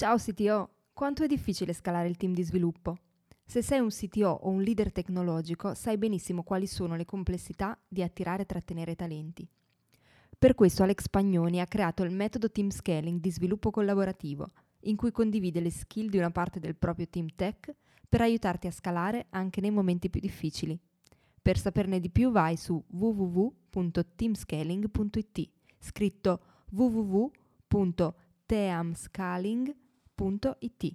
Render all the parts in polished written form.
Ciao CTO, quanto è difficile scalare il team di sviluppo? Se sei un CTO o un leader tecnologico, sai benissimo quali sono le complessità di attirare e trattenere talenti. Per questo Alex Pagnoni ha creato il metodo Team Scaling di sviluppo collaborativo, in cui condivide le skill di una parte del proprio team tech per aiutarti a scalare anche nei momenti più difficili. Per saperne di più vai su www.teamscaling.it, scritto www.teamscaling.it.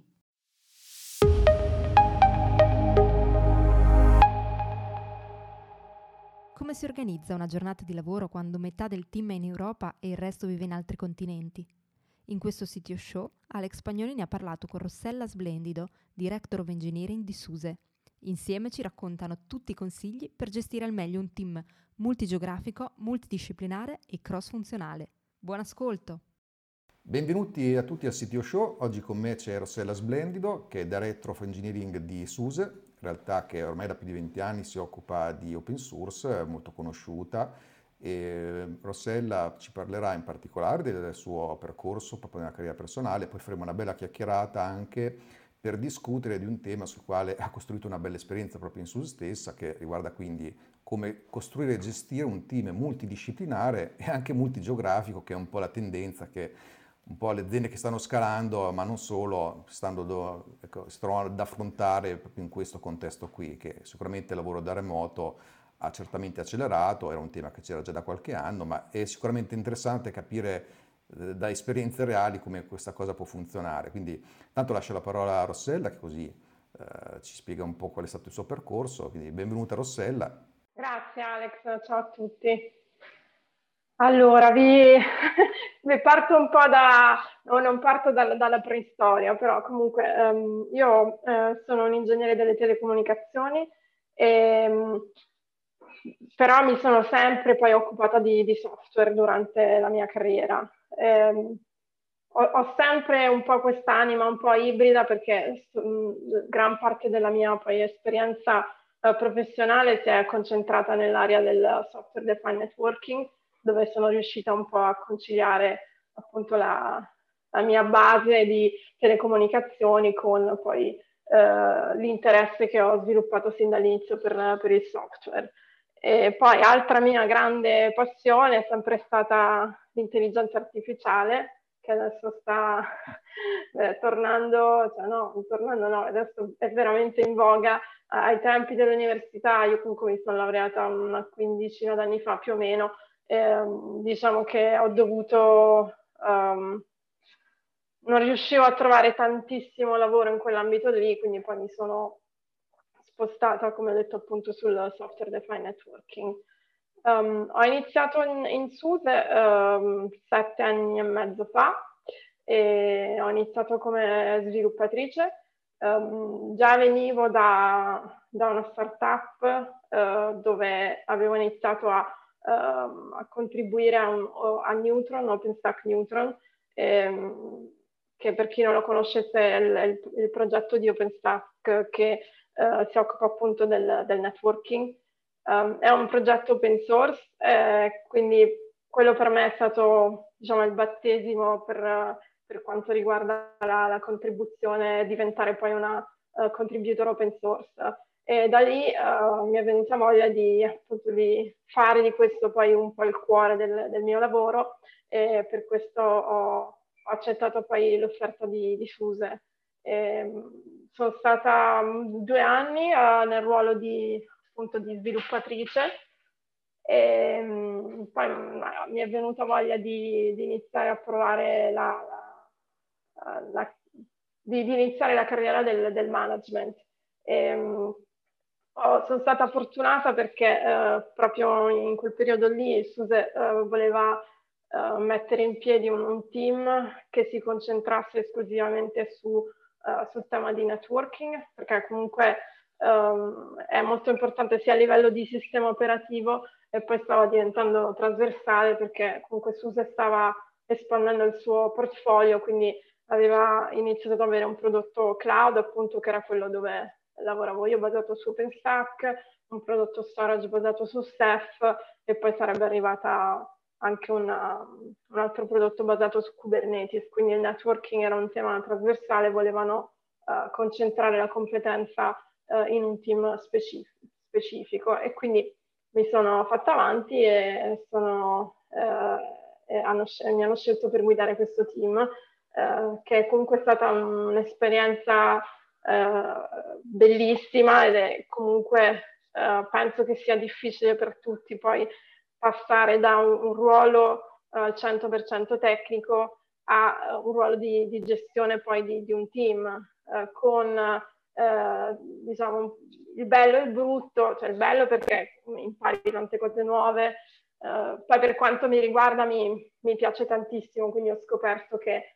Come si organizza una giornata di lavoro quando metà del team è in Europa e il resto vive in altri continenti? In questo CTO Show, Alex Pagnoni ne ha parlato con Rossella Splendido, Director of Engineering di SUSE. Insieme ci raccontano tutti i consigli per gestire al meglio un team multigeografico, multidisciplinare e cross-funzionale. Buon ascolto! Benvenuti a tutti al CTO Show. Oggi con me c'è Rossella Splendido, che è Director of Engineering di SUSE, in realtà che ormai da più di 20 anni si occupa di open source, molto conosciuta. E Rossella ci parlerà in particolare del suo percorso proprio nella carriera personale, poi faremo una bella chiacchierata anche per discutere di un tema sul quale ha costruito una bella esperienza proprio in SUSE stessa, che riguarda quindi come costruire e gestire un team multidisciplinare e anche multigeografico, che è un po' la tendenza che un po' le aziende che stanno scalando, ma non solo, ecco, si trovano ad affrontare proprio in questo contesto qui, che sicuramente il lavoro da remoto ha certamente accelerato, era un tema che c'era già da qualche anno, ma è sicuramente interessante capire da esperienze reali come questa cosa può funzionare. Quindi tanto lascio la parola a Rossella, che così ci spiega un po' qual è stato il suo percorso. Quindi benvenuta Rossella. Grazie Alex, ciao a tutti. Allora, vi parto un po' no, non parto dalla preistoria, però comunque io sono un ingegnere delle telecomunicazioni, e, però mi sono sempre poi occupata di software durante la mia carriera. Ho sempre un po' quest'anima un po' ibrida perché gran parte della mia poi esperienza professionale si è concentrata nell'area del software defined networking, dove sono riuscita un po' a conciliare appunto la mia base di telecomunicazioni con poi l'interesse che ho sviluppato sin dall'inizio per il software. E poi altra mia grande passione è sempre stata l'intelligenza artificiale, che adesso sta tornando, cioè no, tornando no, adesso è veramente in voga. Ai tempi dell'università, io comunque mi sono laureata una quindicina d'anni fa più o meno, diciamo che ho dovuto, non riuscivo a trovare tantissimo lavoro in quell'ambito lì, quindi poi mi sono spostata, come ho detto appunto, sul software defined networking. Ho iniziato in SUSE 7 anni e mezzo fa e ho iniziato come sviluppatrice. Già venivo da una startup dove avevo iniziato a contribuire a Neutron, OpenStack Neutron, che per chi non lo conoscesse è il progetto di OpenStack che si occupa appunto del networking. È un progetto open source, quindi quello per me è stato, diciamo, il battesimo per quanto riguarda la contribuzione, diventare poi una contributor open source. E da lì mi è venuta voglia appunto, di fare di questo poi un po' il cuore del mio lavoro, e per questo ho accettato poi l'offerta di SUSE. Sono stata 2 anni nel ruolo appunto di sviluppatrice, e poi mi è venuta voglia di iniziare a provare di iniziare la carriera del management. Sono stata fortunata perché proprio in quel periodo lì SUSE voleva mettere in piedi un team che si concentrasse esclusivamente sul tema di networking, perché comunque è molto importante sia a livello di sistema operativo, e poi stava diventando trasversale perché comunque SUSE stava espandendo il suo portfolio, quindi aveva iniziato ad avere un prodotto cloud, appunto, che era quello dove lavoravo io, basato su OpenStack, un prodotto storage basato su Ceph, e poi sarebbe arrivata anche un altro prodotto basato su Kubernetes, quindi il networking era un tema trasversale, volevano concentrare la competenza in un team specifico e quindi mi sono fatta avanti e mi hanno scelto per guidare questo team, che è comunque stata un'esperienza bellissima ed è comunque penso che sia difficile per tutti poi passare da un ruolo 100% tecnico a un ruolo di gestione poi di un team con diciamo il bello e il brutto, cioè il bello perché impari tante cose nuove, poi per quanto mi riguarda mi piace tantissimo, quindi ho scoperto che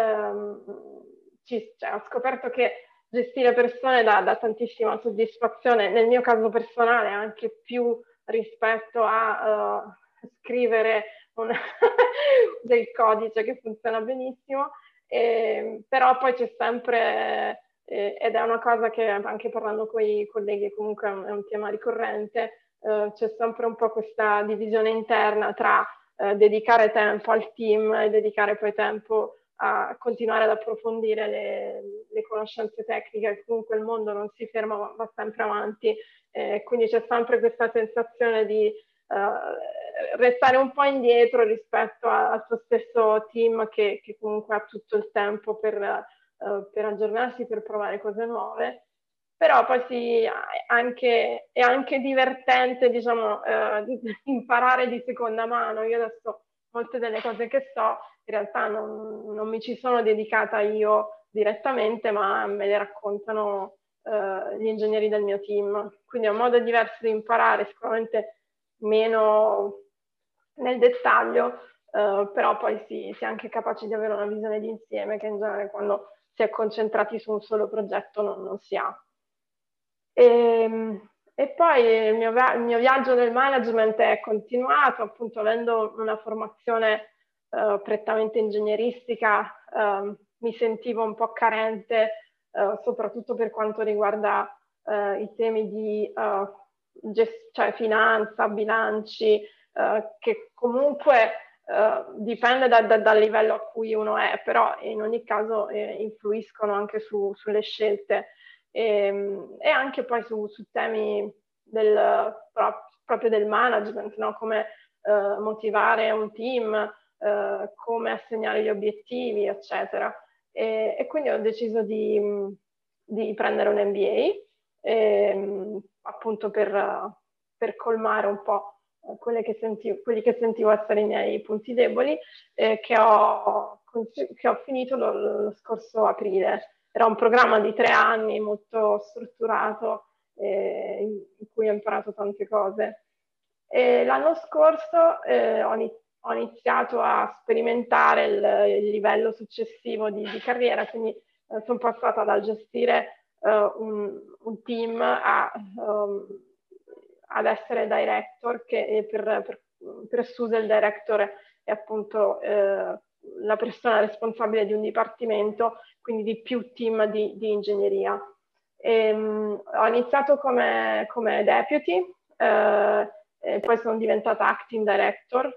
ho scoperto che gestire persone dà tantissima soddisfazione, nel mio caso personale anche più rispetto a scrivere del codice che funziona benissimo, però poi c'è sempre, ed è una cosa che anche parlando con i colleghi comunque è un tema ricorrente, c'è sempre un po' questa divisione interna tra dedicare tempo al team e dedicare poi tempo a continuare ad approfondire le conoscenze tecniche, comunque il mondo non si ferma, va sempre avanti, quindi c'è sempre questa sensazione di restare un po' indietro rispetto al suo stesso team che comunque ha tutto il tempo per aggiornarsi, per provare cose nuove. Però poi è anche divertente, diciamo, imparare di seconda mano. Io adesso molte delle cose che so in realtà non mi ci sono dedicata io direttamente, ma me le raccontano gli ingegneri del mio team. Quindi è un modo diverso di imparare, sicuramente meno nel dettaglio, però poi si è anche capaci di avere una visione d'insieme che in genere quando si è concentrati su un solo progetto non si ha. E poi il mio viaggio nel management è continuato, appunto avendo una formazione prettamente ingegneristica, mi sentivo un po' carente, soprattutto per quanto riguarda i temi di cioè finanza, bilanci, che comunque dipende dal livello a cui uno è, però in ogni caso influiscono anche sulle scelte e anche poi su temi proprio del management, no? Come motivare un team, come assegnare gli obiettivi, eccetera. E quindi ho deciso di prendere un MBA, appunto per colmare un po' quelli che sentivo essere i miei punti deboli, che ho finito lo scorso aprile. Era un programma di 3 anni molto strutturato in cui ho imparato tante cose. E l'anno scorso ho iniziato a sperimentare il livello successivo di carriera, quindi sono passata dal gestire un team ad essere director, che per SUSE il director è appunto la persona responsabile di un dipartimento, quindi di più team di ingegneria. Ho iniziato come deputy, e poi sono diventata acting director,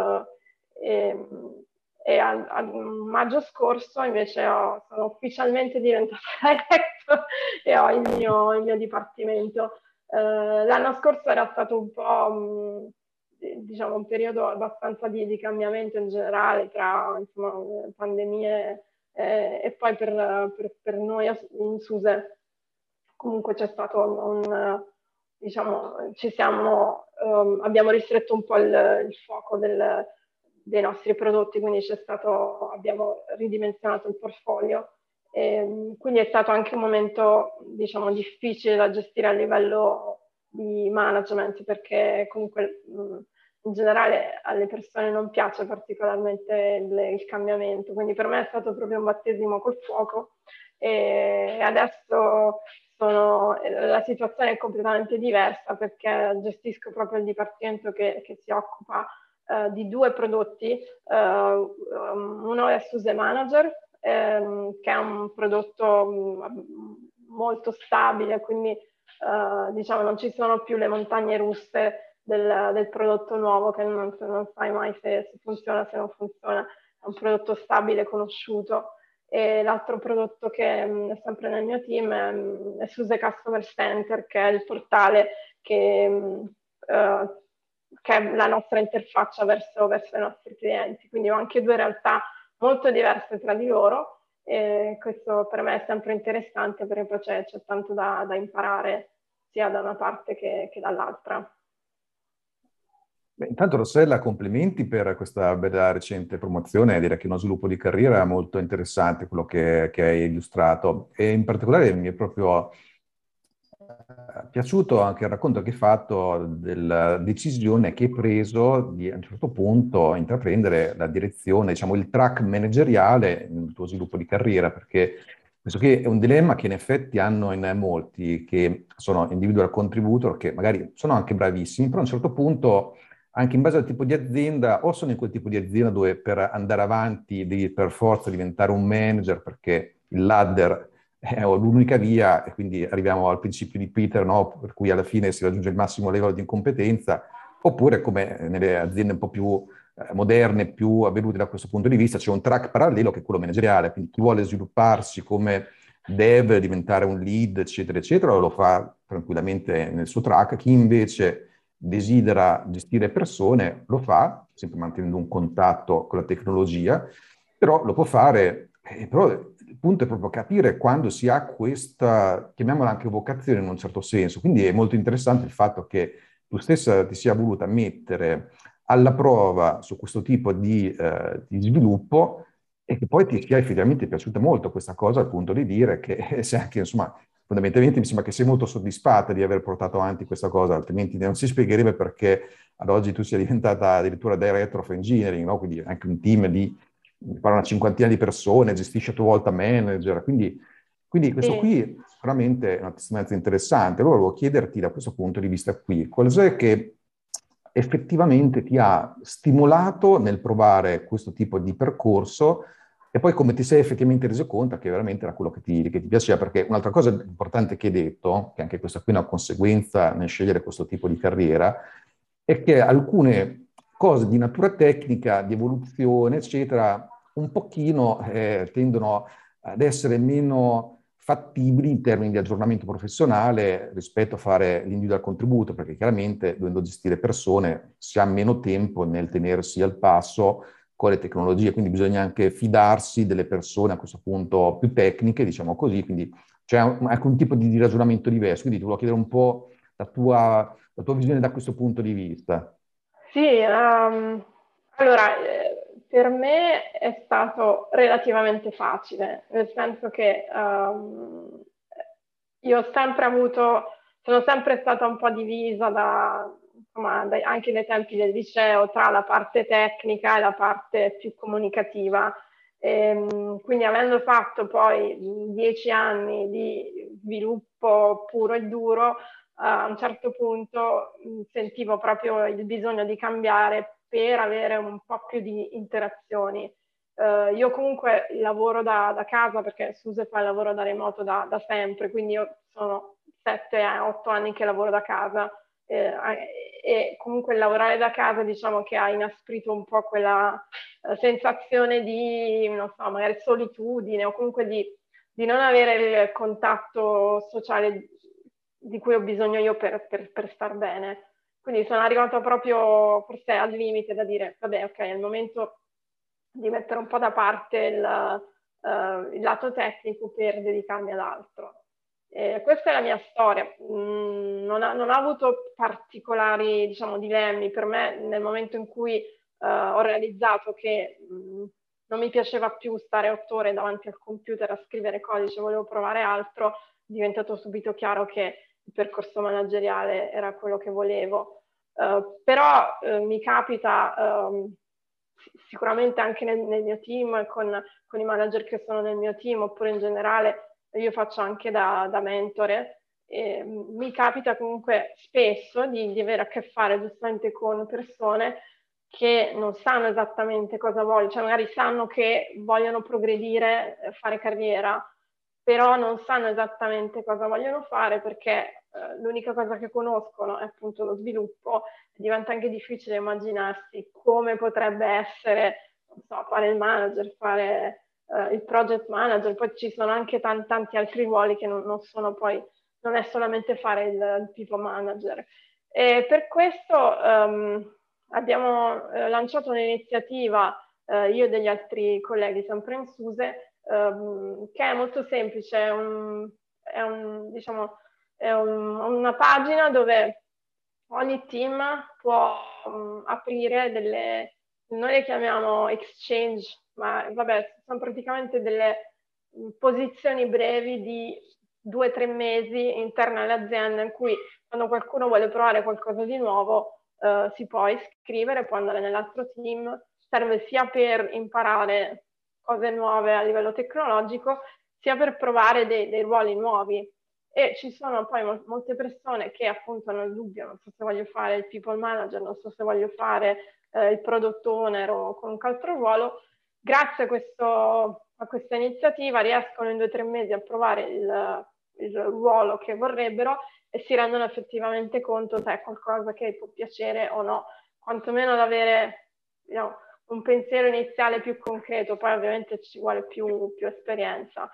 e a maggio scorso invece sono ufficialmente diventata director e ho il mio dipartimento. L'anno scorso era stato un po' diciamo un periodo abbastanza di cambiamento in generale tra insomma, pandemie e poi per noi in SUSE comunque c'è stato diciamo, abbiamo ristretto un po' il fuoco dei nostri prodotti, quindi abbiamo ridimensionato il portfolio. Quindi è stato anche un momento, diciamo, difficile da gestire a livello di management, perché comunque in generale alle persone non piace particolarmente il cambiamento, quindi per me è stato proprio un battesimo col fuoco e adesso la situazione è completamente diversa perché gestisco proprio il dipartimento che si occupa di 2 prodotti, uno è SUSE Manager, che è un prodotto molto stabile, quindi diciamo non ci sono più le montagne russe del prodotto nuovo, che non sai mai se funziona, se non funziona, è un prodotto stabile, conosciuto. E l'altro prodotto che è sempre nel mio team è SUSE Customer Center, che è il portale che è la nostra interfaccia verso i nostri clienti. Quindi ho anche due realtà molto diverse tra di loro, e questo per me è sempre interessante, perché poi c'è tanto da imparare sia da una parte che dall'altra. Beh, intanto Rossella, complimenti per questa bella recente promozione, direi che è uno sviluppo di carriera molto interessante quello che hai illustrato e in particolare mi è proprio piaciuto anche il racconto che hai fatto della decisione che hai preso di a un certo punto intraprendere la direzione, diciamo il track manageriale nel tuo sviluppo di carriera, perché questo qui è un dilemma che in effetti hanno in molti, che sono individual contributor, che magari sono anche bravissimi, però a un certo punto, anche in base al tipo di azienda, o sono in quel tipo di azienda dove per andare avanti devi per forza diventare un manager, perché il ladder è l'unica via, e quindi arriviamo al principio di Peter, no? Per cui alla fine si raggiunge il massimo livello di incompetenza, oppure come nelle aziende un po' più moderne, più avvenute da questo punto di vista, c'è un track parallelo che è quello manageriale, quindi chi vuole svilupparsi come dev, diventare un lead, eccetera, eccetera, lo fa tranquillamente nel suo track, chi invece desidera gestire persone lo fa, sempre mantenendo un contatto con la tecnologia, però lo può fare, però il punto è proprio capire quando si ha questa, chiamiamola anche vocazione in un certo senso, quindi è molto interessante il fatto che tu stessa ti sia voluta mettere alla prova su questo tipo di sviluppo e che poi ti sia effettivamente piaciuta molto questa cosa al punto di dire che sei anche, insomma, fondamentalmente mi sembra che sei molto soddisfatta di aver portato avanti questa cosa, altrimenti non si spiegherebbe perché ad oggi tu sia diventata addirittura Director of Engineering, no? Quindi anche un team di mi pare una cinquantina di persone, gestisce a tua volta manager, quindi questo Sì. qui sicuramente è una testimonianza interessante. Allora volevo chiederti da questo punto di vista qui, cos'è che effettivamente ti ha stimolato nel provare questo tipo di percorso e poi come ti sei effettivamente reso conto che veramente era quello che ti piaceva, perché un'altra cosa importante che hai detto, che anche questa qui è una conseguenza nel scegliere questo tipo di carriera, è che alcune cose di natura tecnica, di evoluzione, eccetera, un pochino tendono ad essere meno fattibili in termini di aggiornamento professionale rispetto a fare l'individual contributo, perché chiaramente dovendo gestire persone si ha meno tempo nel tenersi al passo con le tecnologie, quindi bisogna anche fidarsi delle persone a questo punto più tecniche, diciamo così, quindi c'è anche un tipo di ragionamento diverso, quindi ti volevo chiedere un po' la tua visione da questo punto di vista. Sì, allora, per me è stato relativamente facile, nel senso che io ho sempre avuto, sono sempre stata un po' divisa insomma, anche nei tempi del liceo tra la parte tecnica e la parte più comunicativa. Quindi avendo fatto poi 10 anni di sviluppo puro e duro, a un certo punto sentivo proprio il bisogno di cambiare per avere un po' più di interazioni. Io comunque lavoro da casa perché SUSE fa il lavoro da remoto da sempre, quindi io sono 7-8 anni che lavoro da casa e comunque il lavorare da casa diciamo che ha inasprito un po' quella sensazione di, non so, magari solitudine o comunque di non avere il contatto sociale di cui ho bisogno io per star bene. Quindi sono arrivata proprio forse al limite da dire, vabbè, ok, è il momento di mettere un po' da parte il lato tecnico per dedicarmi ad altro. Questa è la mia storia. Non ho avuto particolari, diciamo, dilemmi. Per me, nel momento in cui ho realizzato che non mi piaceva più stare 8 ore davanti al computer a scrivere codice, volevo provare altro, è diventato subito chiaro che il percorso manageriale era quello che volevo. Però mi capita sicuramente anche nel mio team, con i manager che sono nel mio team, oppure in generale io faccio anche da mentore. Mi capita comunque spesso di avere a che fare giustamente con persone che non sanno esattamente cosa vogliono, cioè magari sanno che vogliono progredire, fare carriera, però non sanno esattamente cosa vogliono fare perché l'unica cosa che conoscono è appunto lo sviluppo. Diventa anche difficile immaginarsi come potrebbe essere, non so, fare il manager, fare il project manager, poi ci sono anche tanti altri ruoli che non sono poi, non è solamente fare il people manager. E per questo abbiamo lanciato un'iniziativa, io e degli altri colleghi sempre in SUSE, che è molto semplice, diciamo, è una pagina dove ogni team può aprire noi le chiamiamo exchange, ma vabbè, sono praticamente delle posizioni brevi di 2 o 3 mesi interne alle aziende in cui quando qualcuno vuole provare qualcosa di nuovo si può iscrivere, può andare nell'altro team, serve sia per imparare cose nuove a livello tecnologico, sia per provare dei ruoli nuovi. E ci sono poi molte persone che appunto hanno il dubbio, non so se voglio fare il people manager, non so se voglio fare il product owner o qualunque altro ruolo. Grazie a questa iniziativa riescono in 2 o 3 mesi a provare il ruolo che vorrebbero e si rendono effettivamente conto se è qualcosa che può piacere o no, quantomeno ad avere un pensiero iniziale più concreto, poi ovviamente ci vuole più esperienza.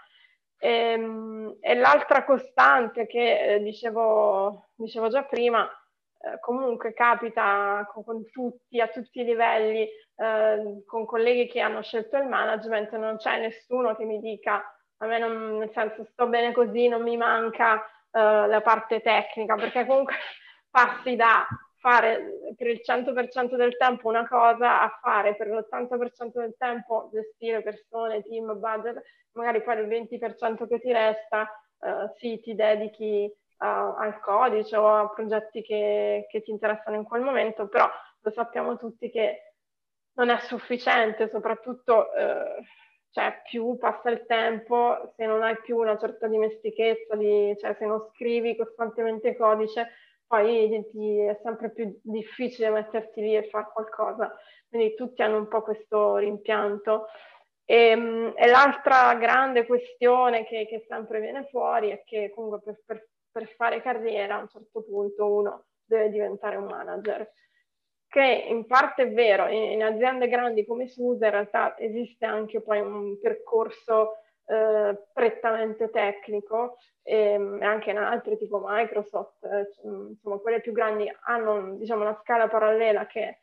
E l'altra costante che dicevo già prima, comunque capita con tutti, a tutti i livelli, con colleghi che hanno scelto il management, non c'è nessuno che mi dica, a me non, nel senso sto bene così, non mi manca la parte tecnica, perché comunque passi da fare per il 100% del tempo una cosa a fare per l'80% del tempo gestire persone, team, budget, magari poi il 20% che ti resta sì, ti dedichi al codice o a progetti che ti interessano in quel momento, però lo sappiamo tutti che non è sufficiente, soprattutto cioè, più passa il tempo, se non hai più una certa dimestichezza, cioè se non scrivi costantemente codice, poi è sempre più difficile metterti lì e fare qualcosa. Quindi tutti hanno un po' questo rimpianto. E l'altra grande questione che sempre viene fuori è che comunque per fare carriera a un certo punto uno deve diventare un manager, che in parte è vero, in aziende grandi come SUSE in realtà esiste anche poi un percorso prettamente tecnico e anche in altri tipo Microsoft, insomma quelle più grandi hanno diciamo una scala parallela che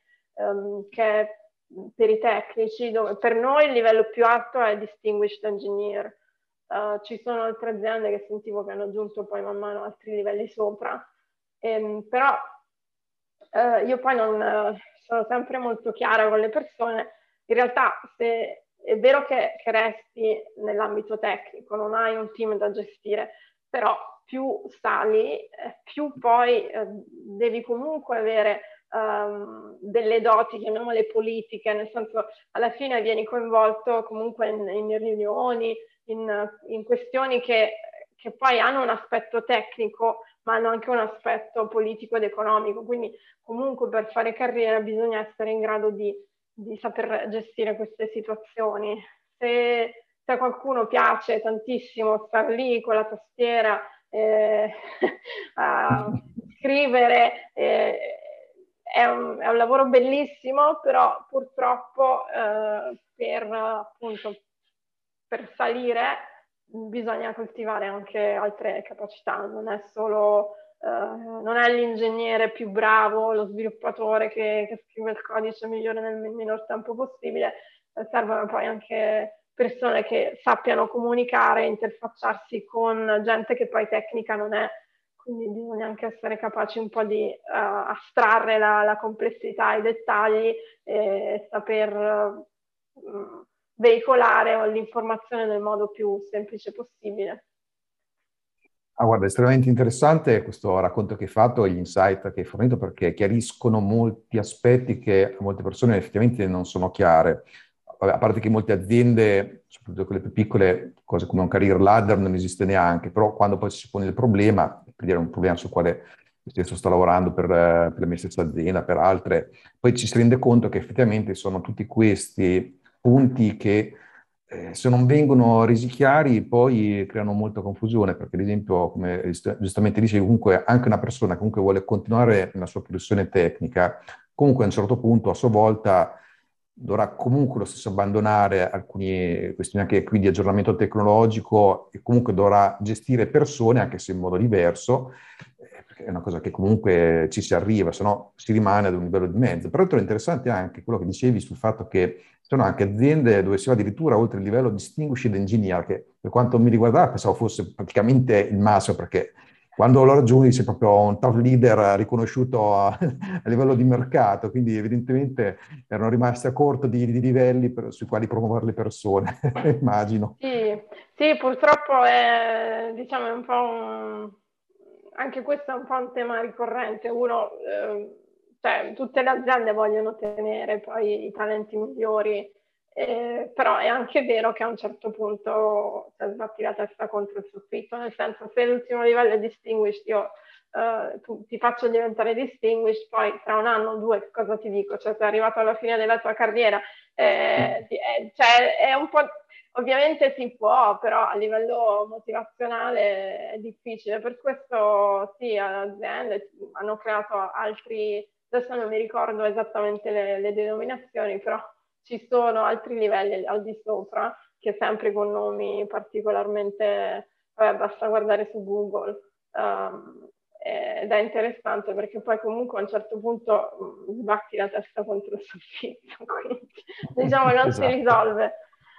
è per i tecnici, dove per noi il livello più alto è Distinguished Engineer. Ci sono altre aziende che sentivo che hanno aggiunto poi man mano altri livelli sopra, però io poi non sono sempre molto chiara con le persone. In realtà se è vero che resti nell'ambito tecnico, non hai un team da gestire, però più sali, più poi devi comunque avere delle doti, chiamiamole politiche, nel senso alla fine vieni coinvolto comunque in riunioni, in questioni che poi hanno un aspetto tecnico, ma hanno anche un aspetto politico ed economico, quindi comunque per fare carriera bisogna essere in grado di saper gestire queste situazioni. Se a qualcuno piace tantissimo star lì con la tastiera, a scrivere, è un lavoro bellissimo, però purtroppo appunto, per salire bisogna coltivare anche altre capacità, non è solo non è l'ingegnere più bravo, lo sviluppatore che scrive il codice migliore nel minor tempo possibile, servono poi anche persone che sappiano comunicare, interfacciarsi con gente che poi tecnica non è, quindi bisogna anche essere capaci un po' di astrarre la complessità, i dettagli e saper veicolare l'informazione nel modo più semplice possibile. Ah, guarda, è estremamente interessante questo racconto che hai fatto e gli insight che hai fornito perché chiariscono molti aspetti che a molte persone effettivamente non sono chiare. A parte che molte aziende, soprattutto quelle più piccole, cose come un career ladder non esiste neanche, però quando poi si pone il problema, per dire un problema sul quale io stesso sto lavorando per la mia stessa azienda, per altre, poi ci si rende conto che effettivamente sono tutti questi punti che se non vengono resi chiari poi creano molta confusione, perché ad esempio, come giustamente dicevi, comunque anche una persona che comunque vuole continuare nella sua professione tecnica, comunque a un certo punto a sua volta dovrà comunque lo stesso abbandonare alcune questioni anche qui di aggiornamento tecnologico e comunque dovrà gestire persone anche se in modo diverso, perché è una cosa che comunque ci si arriva, se no si rimane ad un livello di mezzo. Peraltro è interessante anche quello che dicevi sul fatto che ci sono anche aziende dove si va addirittura oltre il livello Distinguished Engineer, che per quanto mi riguardava pensavo fosse praticamente il massimo, perché quando lo raggiungi sei proprio un top leader riconosciuto a livello di mercato, quindi evidentemente erano rimasti a corto di livelli sui quali promuovere le persone, immagino. Sì, sì, purtroppo è, diciamo, è un po' anche questo è un po' un tema ricorrente. Uno, cioè, tutte le aziende vogliono tenere poi i talenti migliori, però è anche vero che a un certo punto sbatti la testa contro il soffitto, nel senso, se l'ultimo livello è distinguished, io ti faccio diventare distinguished, poi tra un anno o due che cosa ti dico? Cioè, sei arrivato alla fine della tua carriera, cioè, è un po'. Ovviamente si può, però a livello motivazionale è difficile. Per questo sì, le aziende hanno creato altri, adesso non mi ricordo esattamente le denominazioni, però ci sono altri livelli al di sopra, che sempre con nomi particolarmente, vabbè, basta guardare su Google. Ed è interessante perché poi comunque a un certo punto sbatti la testa contro il soffitto, quindi diciamo non si Esatto. risolve.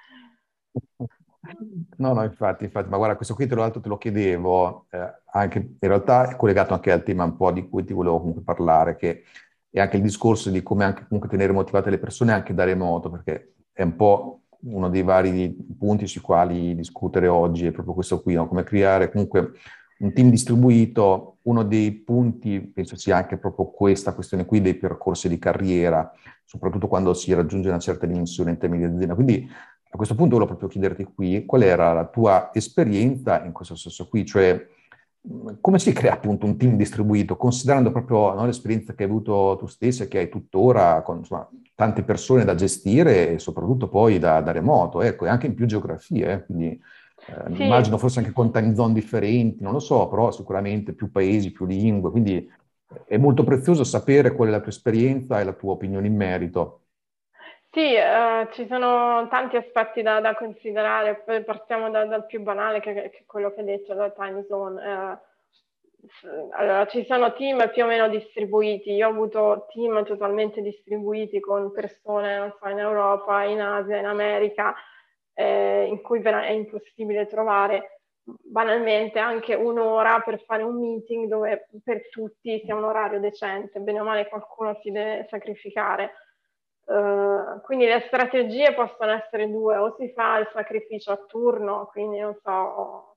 No, no, infatti, ma guarda, questo qui tra l'altro te lo chiedevo, anche in realtà è collegato anche al tema un po' di cui ti volevo comunque parlare, che è anche il discorso di come anche comunque tenere motivate le persone anche da remoto, perché è un po' uno dei vari punti sui quali discutere oggi, è proprio questo qui, no? Come creare comunque un team distribuito, uno dei punti, penso sia anche proprio questa questione qui dei percorsi di carriera, soprattutto quando si raggiunge una certa dimensione in termini di azienda. Quindi a questo punto volevo proprio chiederti qui qual era la tua esperienza in questo senso qui, cioè come si crea appunto un team distribuito, considerando proprio no, l'esperienza che hai avuto tu stessa e che hai tuttora con insomma, tante persone da gestire e soprattutto poi da remoto, ecco, e anche in più geografie, quindi Sì, immagino forse anche con time zone differenti, non lo so, però sicuramente più paesi, più lingue, quindi è molto prezioso sapere qual è la tua esperienza e la tua opinione in merito. sì, ci sono tanti aspetti da considerare. Poi partiamo dal più banale, che è quello che hai detto, la time zone. Allora, ci sono team più o meno distribuiti. Io ho avuto team totalmente distribuiti con persone, non so, in Europa, in Asia, in America, in cui è impossibile trovare banalmente anche un'ora per fare un meeting dove per tutti sia un orario decente. Bene o male qualcuno si deve sacrificare. Quindi le strategie possono essere due: o si fa il sacrificio a turno, quindi non so,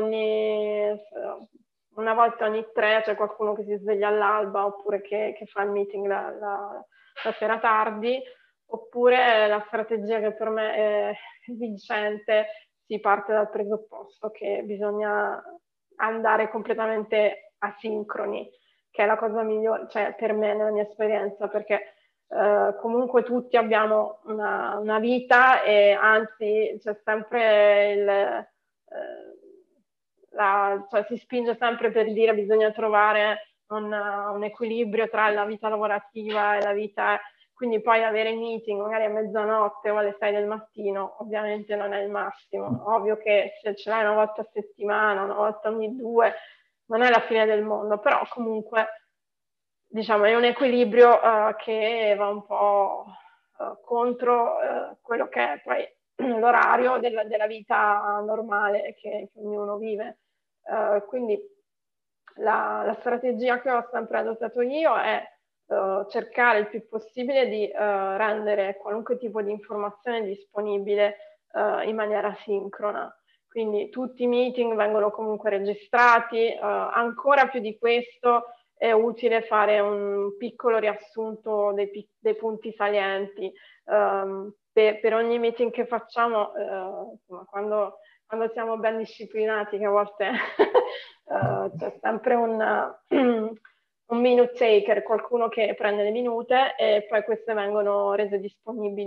una volta ogni tre c'è qualcuno che si sveglia all'alba oppure che fa il meeting la sera tardi, oppure la strategia che per me è vincente: si parte dal presupposto che bisogna andare completamente asincroni, che è la cosa migliore, cioè per me nella mia esperienza, perché comunque tutti abbiamo una vita e anzi c'è sempre cioè si spinge sempre per dire bisogna trovare un equilibrio tra la vita lavorativa e la vita, quindi poi avere meeting magari a mezzanotte o alle 6 del mattino ovviamente non è il massimo. Ovvio che se ce l'hai una volta a settimana, una volta ogni due, non è la fine del mondo, però comunque diciamo è un equilibrio che va un po' contro quello che è poi l'orario della vita normale che ognuno vive. Quindi la strategia che ho sempre adottato io è cercare il più possibile di rendere qualunque tipo di informazione disponibile in maniera sincrona. Quindi tutti i meeting vengono comunque registrati, ancora più di questo è utile fare un piccolo riassunto dei punti salienti. Per ogni meeting che facciamo, quando siamo ben disciplinati, che a volte c'è sempre un minute taker, qualcuno che prende le minute e poi queste vengono rese disponibili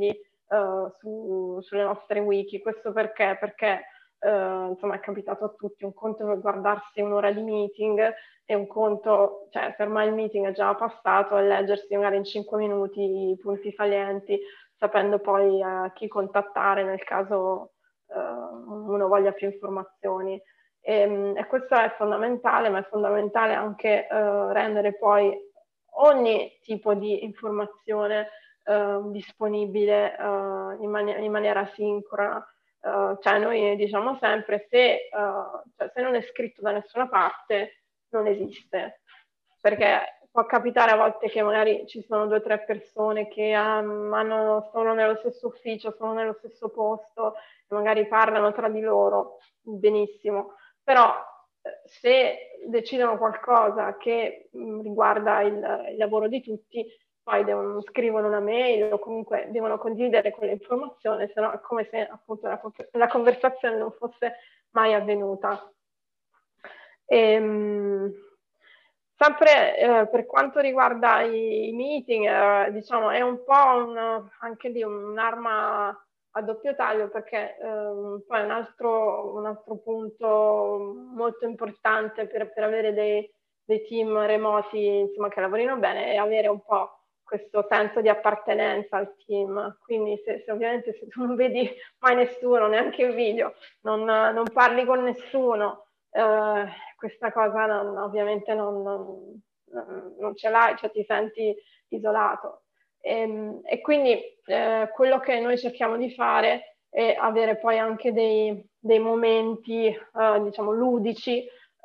sulle nostre wiki. Questo perché? Perché insomma è capitato a tutti, un conto per guardarsi un'ora di meeting e un conto, cioè se ormai il meeting è già passato, e leggersi magari in 5 minuti i punti salienti, sapendo poi chi contattare nel caso uno voglia più informazioni. E questo è fondamentale, ma è fondamentale anche rendere poi ogni tipo di informazione disponibile in maniera sincrona. Cioè noi diciamo sempre cioè, se non è scritto da nessuna parte non esiste, perché può capitare a volte che magari ci sono 2 o 3 persone che sono nello stesso ufficio, sono nello stesso posto, e magari parlano tra di loro, benissimo, però se decidono qualcosa che riguarda il lavoro di tutti, poi scrivono una mail o comunque devono condividere quell'informazione, se no è come se appunto la conversazione non fosse mai avvenuta. Sempre per quanto riguarda i meeting, diciamo è un po' anche lì un'arma a doppio taglio, perché poi un altro punto molto importante per avere dei team remoti, insomma, che lavorino bene, è avere un po' questo senso di appartenenza al team. Quindi se ovviamente se tu non vedi mai nessuno, neanche in video, non parli con nessuno, questa cosa ovviamente non ce l'hai, cioè ti senti isolato. E quindi quello che noi cerchiamo di fare è avere poi anche dei momenti, diciamo, ludici,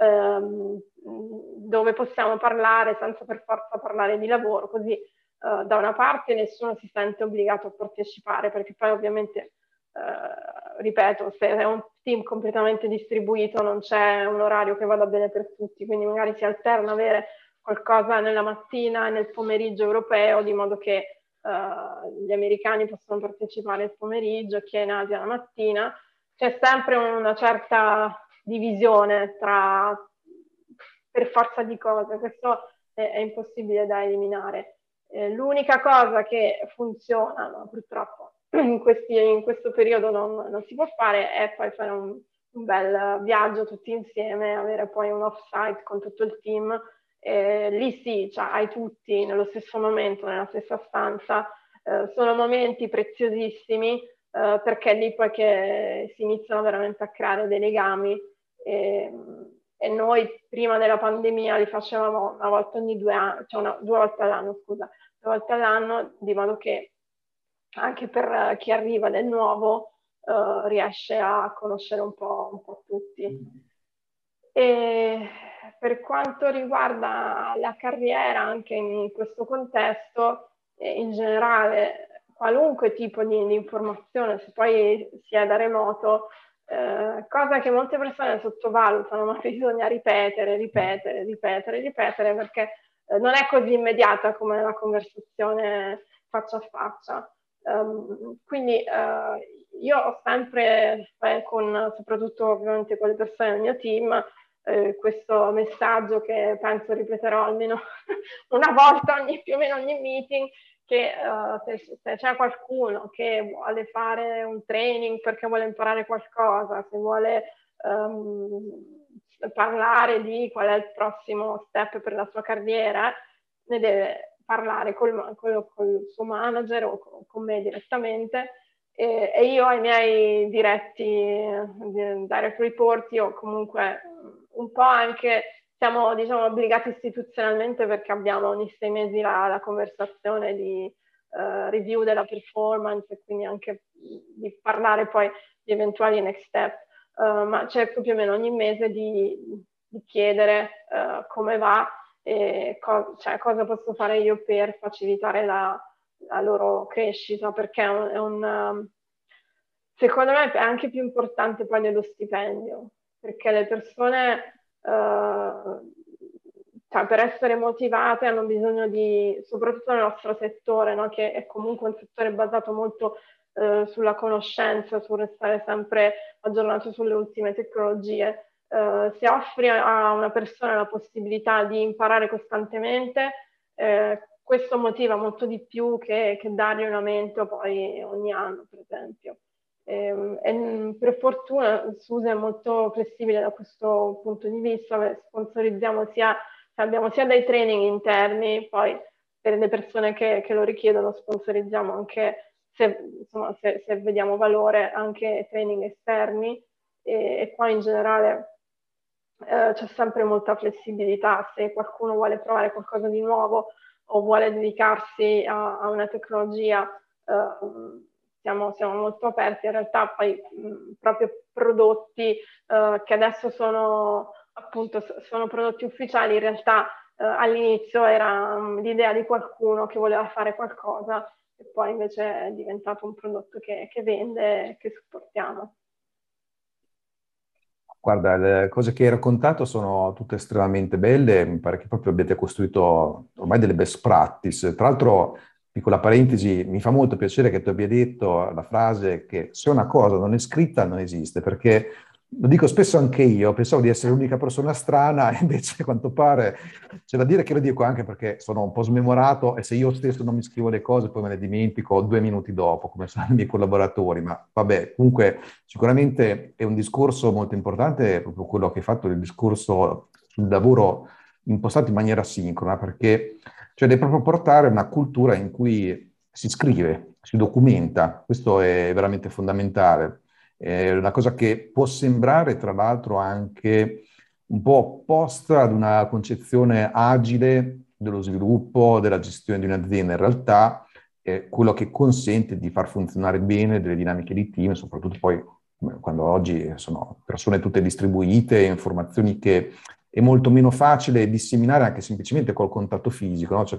dove possiamo parlare senza per forza parlare di lavoro, così da una parte nessuno si sente obbligato a partecipare, perché poi ovviamente ripeto, se è un team completamente distribuito non c'è un orario che vada bene per tutti, quindi magari si alterna avere qualcosa nella mattina e nel pomeriggio europeo, di modo che gli americani possono partecipare il pomeriggio, chi è in Asia la mattina. C'è sempre una certa divisione per forza di cose, questo è impossibile da eliminare. L'unica cosa che funziona, ma purtroppo in questo periodo non si può fare, è poi fare un bel viaggio tutti insieme, avere poi un off-site con tutto il team. Lì sì, cioè, hai tutti nello stesso momento, nella stessa stanza. Sono momenti preziosissimi, perché lì poi che si iniziano veramente a creare dei legami. E noi prima della pandemia li facevamo una volta ogni 2 anni, cioè 2 volte all'anno, scusa, 2 volte all'anno, di modo che anche per chi arriva del nuovo riesce a conoscere un po' tutti. E per quanto riguarda la carriera, anche in questo contesto, in generale, qualunque tipo di informazione, se poi si è da remoto, cosa che molte persone sottovalutano, ma bisogna ripetere, perché non è così immediata come la conversazione faccia a faccia. Quindi io ho sempre, soprattutto ovviamente con le persone del mio team, questo messaggio che penso ripeterò almeno una volta più o meno ogni meeting, che se c'è qualcuno che vuole fare un training perché vuole imparare qualcosa, se vuole parlare di qual è il prossimo step per la sua carriera, ne deve parlare col suo manager o con me direttamente, e io ai miei direct report, io comunque un po' anche siamo, diciamo, obbligati istituzionalmente, perché abbiamo ogni 6 mesi la conversazione di review della performance, e quindi anche di parlare poi di eventuali next step, ma cerco più o meno ogni mese di chiedere come va e cioè, cosa posso fare io per facilitare la loro crescita, perché secondo me è anche più importante poi dello stipendio, perché le persone cioè, per essere motivate hanno bisogno di, soprattutto nel nostro settore, no? Che è comunque un settore basato molto sulla conoscenza, su restare sempre aggiornato sulle ultime tecnologie. Se offri a una persona la possibilità di imparare costantemente, questo motiva molto di più che dargli un aumento poi ogni anno, per esempio. E per fortuna SUSE è molto flessibile da questo punto di vista, sponsorizziamo abbiamo sia dei training interni, poi per le persone che lo richiedono sponsorizziamo anche, se vediamo valore, anche training esterni, e poi in generale c'è sempre molta flessibilità. Se qualcuno vuole provare qualcosa di nuovo o vuole dedicarsi a una tecnologia, siamo molto aperti. In realtà poi proprio prodotti che adesso sono prodotti ufficiali, in realtà all'inizio era l'idea di qualcuno che voleva fare qualcosa e poi invece è diventato un prodotto che vende e che supportiamo. Guarda, le cose che hai raccontato sono tutte estremamente belle, mi pare che proprio abbiate costruito ormai delle best practice. Tra l'altro, piccola parentesi, mi fa molto piacere che tu abbia detto la frase che se una cosa non è scritta non esiste, perché lo dico spesso anche io, pensavo di essere l'unica persona strana, e invece a quanto pare c'è da dire che lo dico anche perché sono un po' smemorato e se io stesso non mi scrivo le cose poi me le dimentico 2 minuti dopo, come sanno i miei collaboratori, ma vabbè, comunque sicuramente è un discorso molto importante, proprio quello che hai fatto, il discorso sul lavoro impostato in maniera sincrona, perché cioè deve proprio portare una cultura in cui si scrive, si documenta, questo è veramente fondamentale. È una cosa che può sembrare, tra l'altro, anche un po' opposta ad una concezione agile dello sviluppo, della gestione di un'azienda. In realtà è quello che consente di far funzionare bene delle dinamiche di team, soprattutto poi quando oggi sono persone tutte distribuite, informazioni che è molto meno facile disseminare anche semplicemente col contatto fisico, no? C'è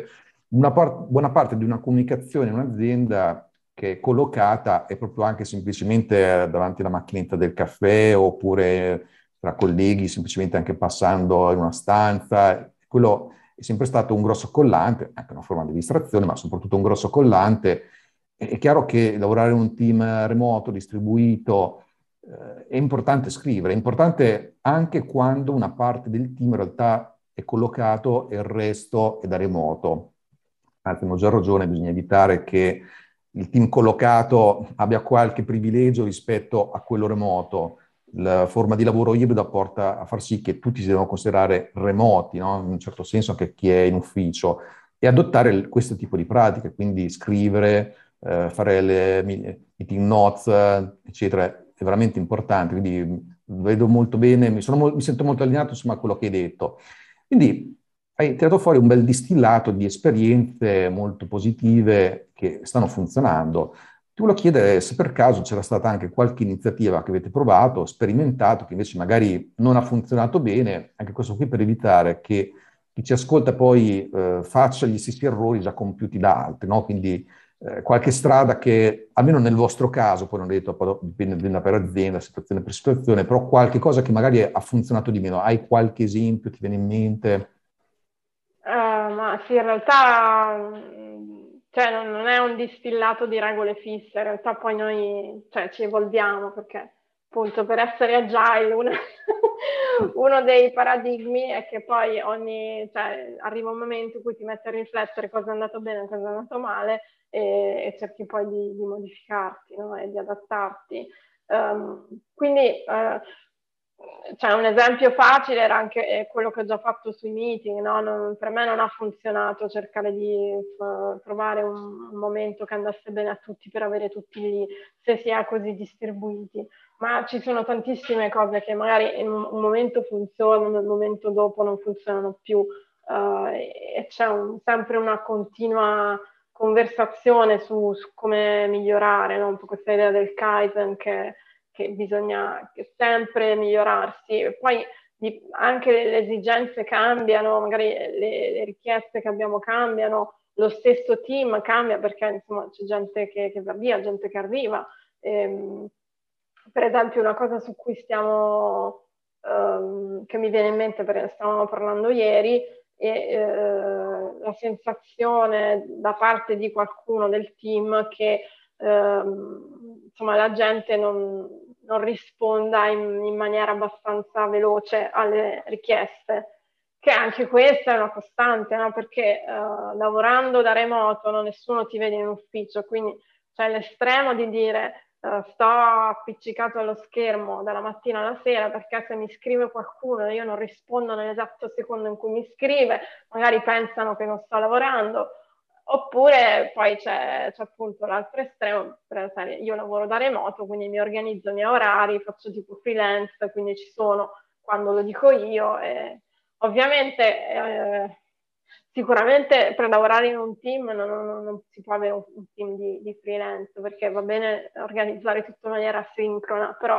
buona parte di una comunicazione in un'azienda che è collocata è proprio anche semplicemente davanti alla macchinetta del caffè oppure tra colleghi, semplicemente anche passando in una stanza. Quello è sempre stato un grosso collante, anche una forma di distrazione, ma soprattutto un grosso collante. È chiaro che lavorare in un team remoto, distribuito, è importante scrivere, è importante anche quando una parte del team in realtà è collocato e il resto è da remoto. Anzi, a maggior ragione bisogna evitare che il team collocato abbia qualche privilegio rispetto a quello remoto. La forma di lavoro ibrido porta a far sì che tutti si devono considerare remoti, no? In un certo senso anche chi è in ufficio, e adottare questo tipo di pratiche, quindi scrivere, fare le meeting notes, eccetera, è veramente importante. Quindi vedo molto bene, mi sento molto allineato insomma a quello che hai detto. Quindi hai tirato fuori un bel distillato di esperienze molto positive che stanno funzionando. Ti volevo chiedere se per caso c'era stata anche qualche iniziativa che avete provato, sperimentato, che invece magari non ha funzionato bene, anche questo qui per evitare che chi ci ascolta poi faccia gli stessi errori già compiuti da altri, no? Quindi qualche strada che, almeno nel vostro caso, poi non ho detto, poi dipende azienda per azienda, situazione per situazione, però qualche cosa che magari ha funzionato di meno. Hai qualche esempio, ti viene in mente? Ma sì, in realtà cioè, non è un distillato di regole fisse, in realtà poi noi cioè, ci evolviamo perché appunto per essere agile uno dei paradigmi è che poi cioè, arriva un momento in cui ti metti a riflettere cosa è andato bene, cosa è andato male e cerchi poi di modificarti, no? E di adattarti. Quindi cioè, un esempio facile era anche quello che ho già fatto sui meeting, no? Per me non ha funzionato cercare di trovare un momento che andasse bene a tutti per avere tutti lì, se si è così distribuiti, ma ci sono tantissime cose che magari in un momento funzionano, nel momento dopo non funzionano più, e c'è sempre una continua conversazione su come migliorare, no? Un po' questa idea del Kaizen che bisogna sempre migliorarsi. E poi anche le esigenze cambiano, magari le richieste che abbiamo cambiano, lo stesso team cambia perché insomma c'è gente che va via, gente che arriva. Per esempio una cosa su cui che mi viene in mente perché stavamo parlando ieri, e la sensazione da parte di qualcuno del team che insomma, la gente non risponda in maniera abbastanza veloce alle richieste, che anche questa è una costante, no? Perché lavorando da remoto nessuno ti vede in ufficio, quindi c'è l'estremo di dire sto appiccicato allo schermo dalla mattina alla sera perché se mi scrive qualcuno e io non rispondo nell'esatto secondo in cui mi scrive, magari pensano che non sto lavorando. Oppure poi c'è appunto l'altro estremo, io lavoro da remoto, quindi mi organizzo i miei orari, faccio tipo freelance, quindi ci sono quando lo dico io. Ovviamente, sicuramente per lavorare in un team non si può avere un team di freelance, perché va bene organizzare tutto in maniera asincrona, però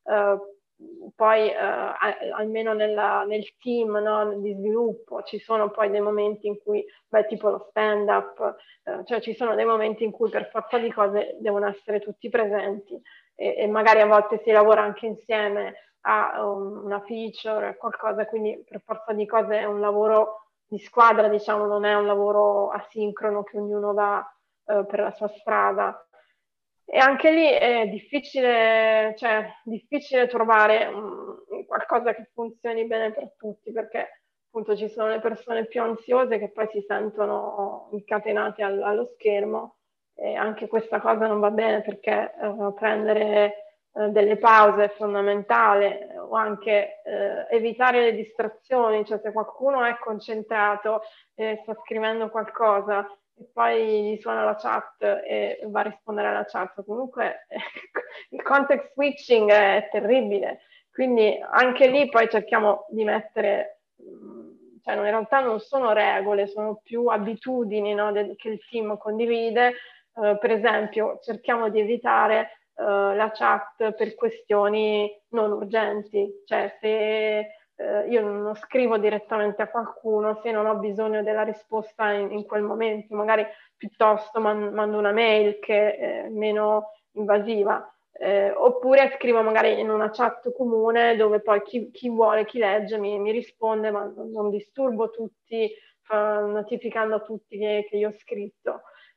poi almeno nel team, no, di sviluppo ci sono poi dei momenti in cui, tipo lo stand-up, cioè ci sono dei momenti in cui per forza di cose devono essere tutti presenti e magari a volte si lavora anche insieme a una feature, qualcosa, quindi per forza di cose è un lavoro di squadra, diciamo, non è un lavoro asincrono che ognuno va per la sua strada. E anche lì è difficile, cioè, difficile trovare qualcosa che funzioni bene per tutti, perché appunto ci sono le persone più ansiose che poi si sentono incatenate allo schermo e anche questa cosa non va bene perché prendere delle pause è fondamentale o anche evitare le distrazioni, cioè se qualcuno è concentrato e sta scrivendo qualcosa e poi gli suona la chat e va a rispondere alla chat. Comunque il context switching è terribile, quindi anche lì poi cerchiamo di mettere, cioè in realtà non sono regole, sono più abitudini, no, che il team condivide. Per esempio cerchiamo di evitare la chat per questioni non urgenti, cioè se io non scrivo direttamente a qualcuno se non ho bisogno della risposta in quel momento, magari piuttosto mando una mail che è meno invasiva, oppure scrivo magari in una chat comune dove poi chi vuole, chi legge mi risponde, ma non disturbo tutti, notificando a tutti che io ho scritto.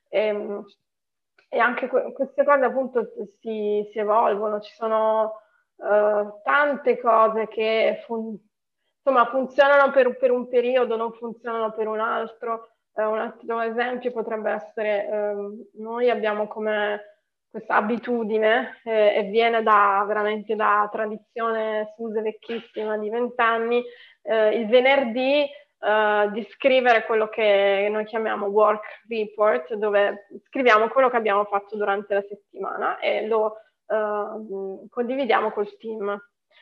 E anche queste cose appunto si evolvono, ci sono tante cose che insomma, funzionano per un periodo, non funzionano per un altro. Un altro esempio potrebbe essere, noi abbiamo come questa abitudine e viene veramente da tradizione SUSE vecchissima di 20 anni, il venerdì di scrivere quello che noi chiamiamo work report, dove scriviamo quello che abbiamo fatto durante la settimana e lo condividiamo col team.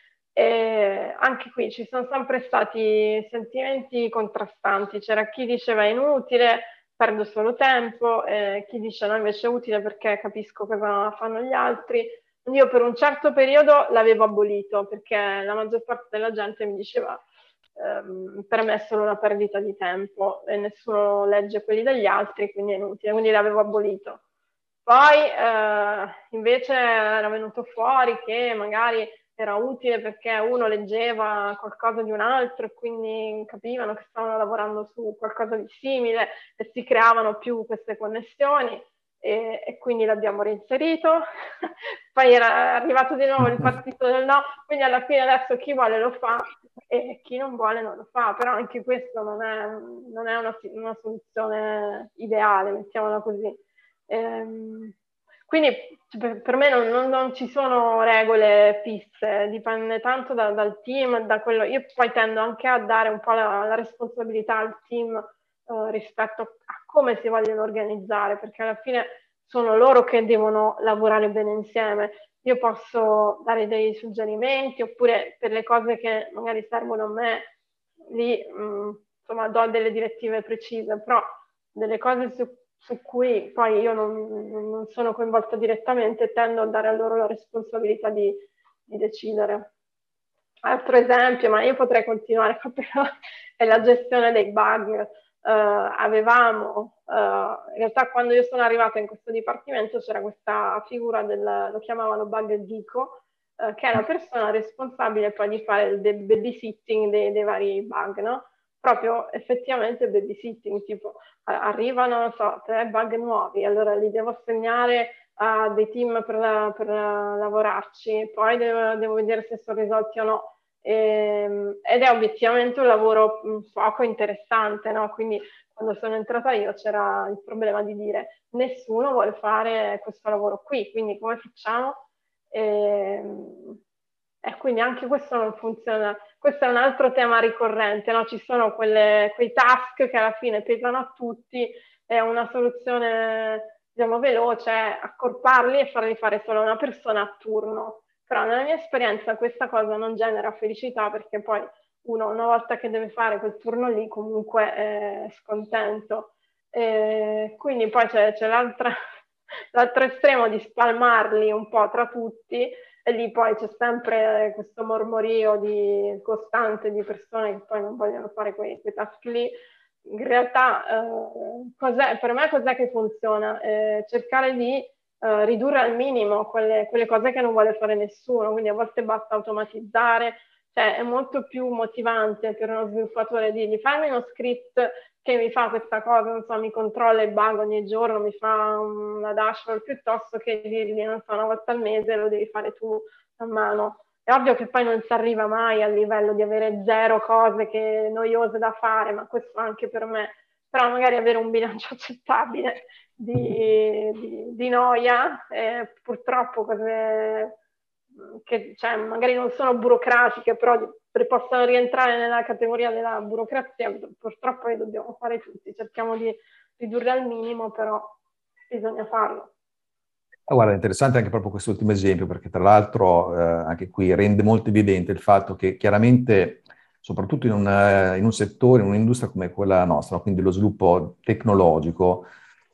E anche qui ci sono sempre stati sentimenti contrastanti, c'era chi diceva è inutile, perdo solo tempo, e chi dice no invece è utile perché capisco cosa fanno gli altri. Io per un certo periodo l'avevo abolito perché la maggior parte della gente mi diceva per me è solo una perdita di tempo e nessuno legge quelli degli altri, quindi è inutile, quindi l'avevo abolito. Poi invece era venuto fuori che magari era utile perché uno leggeva qualcosa di un altro e quindi capivano che stavano lavorando su qualcosa di simile e si creavano più queste connessioni e quindi l'abbiamo reinserito. Poi era arrivato di nuovo il partito del no, quindi alla fine adesso chi vuole lo fa e chi non vuole non lo fa, però anche questo non è una soluzione ideale, mettiamola così. Quindi per me non ci sono regole fisse, dipende tanto dal team, da quello. Io poi tendo anche a dare un po' la responsabilità al team rispetto a come si vogliono organizzare, perché alla fine sono loro che devono lavorare bene insieme. Io posso dare dei suggerimenti oppure per le cose che magari servono a me, lì insomma do delle direttive precise, però delle cose su cui poi io non sono coinvolta direttamente, tendo a dare a loro la responsabilità di decidere. Altro esempio, ma io potrei continuare, però è la gestione dei bug. Avevamo, in realtà quando io sono arrivata in questo dipartimento c'era questa figura lo chiamavano bug geeko, che è la persona responsabile poi di fare il babysitting dei vari bug, no? Proprio effettivamente babysitting, tipo arrivano, non so, 3 bug nuovi, allora li devo assegnare a dei team per lavorarci, poi devo vedere se sono risolti o no. ed è obiettivamente un lavoro poco interessante, no? Quindi quando sono entrata io c'era il problema di dire nessuno vuole fare questo lavoro qui, quindi come facciamo? E quindi anche questo non funziona. Questo è un altro tema ricorrente, no? Ci sono quei task che alla fine pesano a tutti, e una soluzione, diciamo, veloce è accorparli e farli fare solo a una persona a turno. Però nella mia esperienza questa cosa non genera felicità, perché poi uno una volta che deve fare quel turno lì comunque è scontento. Quindi poi c'è l'altro estremo di spalmarli un po' tra tutti, e lì poi c'è sempre questo mormorio costante di persone che poi non vogliono fare quei task lì. In realtà per me cos'è che funziona? Cercare di ridurre al minimo quelle cose che non vuole fare nessuno, quindi a volte basta automatizzare, cioè è molto più motivante per uno sviluppatore dirgli fammi uno script che mi fa questa cosa, non so, mi controlla il bug ogni giorno, mi fa una dashboard, piuttosto che dirgli, non so, una volta al mese lo devi fare tu a mano. È ovvio che poi non si arriva mai al livello di avere zero cose che noiose da fare, ma questo anche per me, però magari avere un bilancio accettabile di noia, purtroppo cose che cioè, magari non sono burocratiche, però possono rientrare nella categoria della burocrazia, purtroppo le dobbiamo fare tutti, cerchiamo di ridurre al minimo, però bisogna farlo. Guarda, è interessante anche proprio quest'ultimo esempio, perché tra l'altro anche qui rende molto evidente il fatto che chiaramente, soprattutto in un settore, in un'industria come quella nostra, no? Quindi lo sviluppo tecnologico,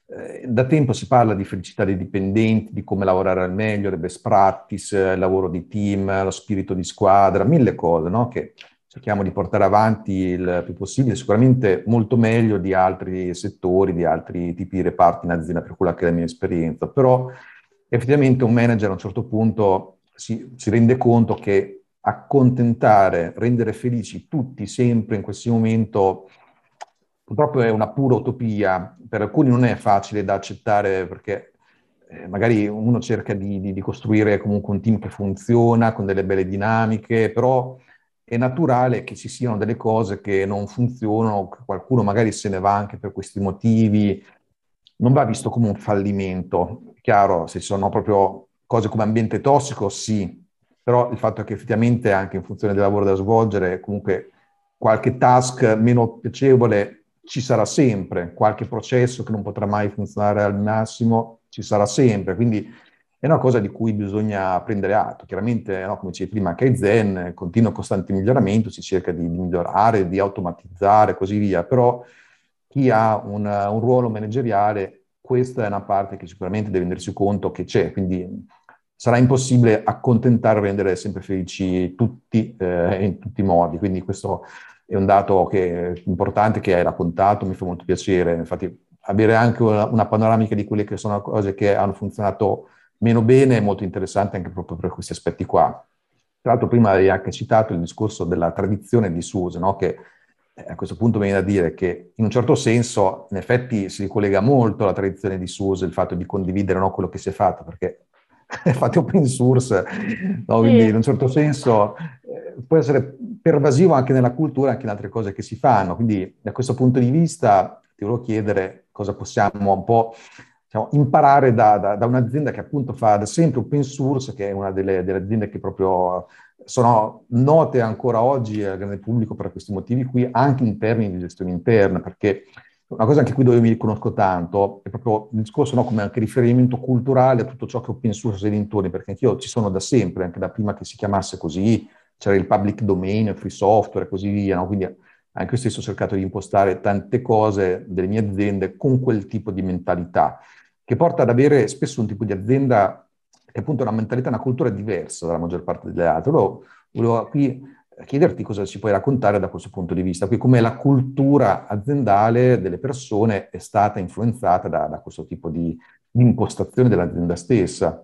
da tempo si parla di felicità dei dipendenti, di come lavorare al meglio, le best practice, il lavoro di team, lo spirito di squadra, mille cose, no? Che cerchiamo di portare avanti il più possibile, sicuramente molto meglio di altri settori, di altri tipi di reparti in azienda, per quella che è la mia esperienza. Però effettivamente un manager a un certo punto si rende conto che accontentare, rendere felici tutti sempre in questo momento purtroppo è una pura utopia. Per alcuni non è facile da accettare, perché magari uno cerca di costruire comunque un team che funziona, con delle belle dinamiche, però è naturale che ci siano delle cose che non funzionano, che qualcuno magari se ne va anche per questi motivi. Non va visto come un fallimento. Chiaro, se ci sono proprio cose come ambiente tossico, sì, però il fatto è che effettivamente anche in funzione del lavoro da svolgere, comunque qualche task meno piacevole ci sarà sempre, qualche processo che non potrà mai funzionare al massimo ci sarà sempre, quindi è una cosa di cui bisogna prendere atto. Chiaramente, no, come dicevi prima, Kaizen, continua costante miglioramento, si cerca di migliorare, di automatizzare e così via, però chi ha un ruolo manageriale, questa è una parte che sicuramente deve rendersi conto che c'è, quindi sarà impossibile accontentare e rendere sempre felici tutti in tutti i modi, quindi questo è un dato importante che hai raccontato, mi fa molto piacere. Infatti avere anche una panoramica di quelle che sono cose che hanno funzionato meno bene è molto interessante anche proprio per questi aspetti qua. Tra l'altro prima hai anche citato il discorso della tradizione di SUSE, no? Che a questo punto viene da dire che in un certo senso in effetti si ricollega molto alla tradizione di SUSE, il fatto di condividere, no, quello che si è fatto, perché fate open source, no? Quindi in Sì. un certo senso può essere pervasivo anche nella cultura, anche in altre cose che si fanno. Quindi da questo punto di vista ti volevo chiedere cosa possiamo un po', diciamo, imparare da un'azienda che appunto fa da sempre open source, che è una delle aziende che proprio sono note ancora oggi al grande pubblico per questi motivi qui, anche in termini di gestione interna, perché una cosa anche qui dove mi riconosco tanto è proprio il discorso, no, come anche riferimento culturale a tutto ciò che è open source e dintorni, perché anch'io ci sono da sempre, anche da prima che si chiamasse così, c'era il public domain, il free software e così via, no? Quindi anche io stesso ho cercato di impostare tante cose delle mie aziende con quel tipo di mentalità, che porta ad avere spesso un tipo di azienda che appunto ha una mentalità, una cultura diversa dalla maggior parte delle altre. Volevo qui chiederti cosa ci puoi raccontare da questo punto di vista, qui come la cultura aziendale delle persone è stata influenzata da questo tipo di impostazione dell'azienda stessa.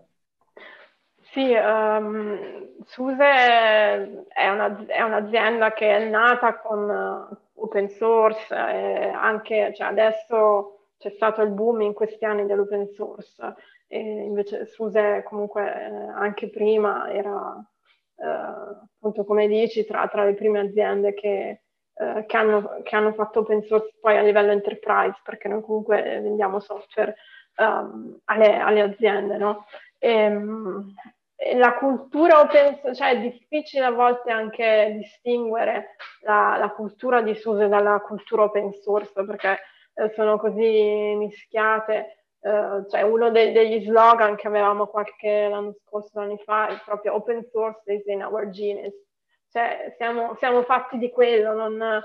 Sì, SUSE è un'azienda che è nata con open source, anche, cioè adesso c'è stato il boom in questi anni dell'open source, e invece SUSE comunque anche prima era appunto come dici, tra le prime aziende che hanno fatto open source poi a livello enterprise, perché noi comunque vendiamo software alle aziende, no? La cultura open source, cioè è difficile a volte anche distinguere la cultura di SUSE dalla cultura open source, perché sono così mischiate. Cioè uno degli slogan che avevamo l'anno scorso, anni fa, è proprio open source is in our genes. Cioè siamo fatti di quello, non,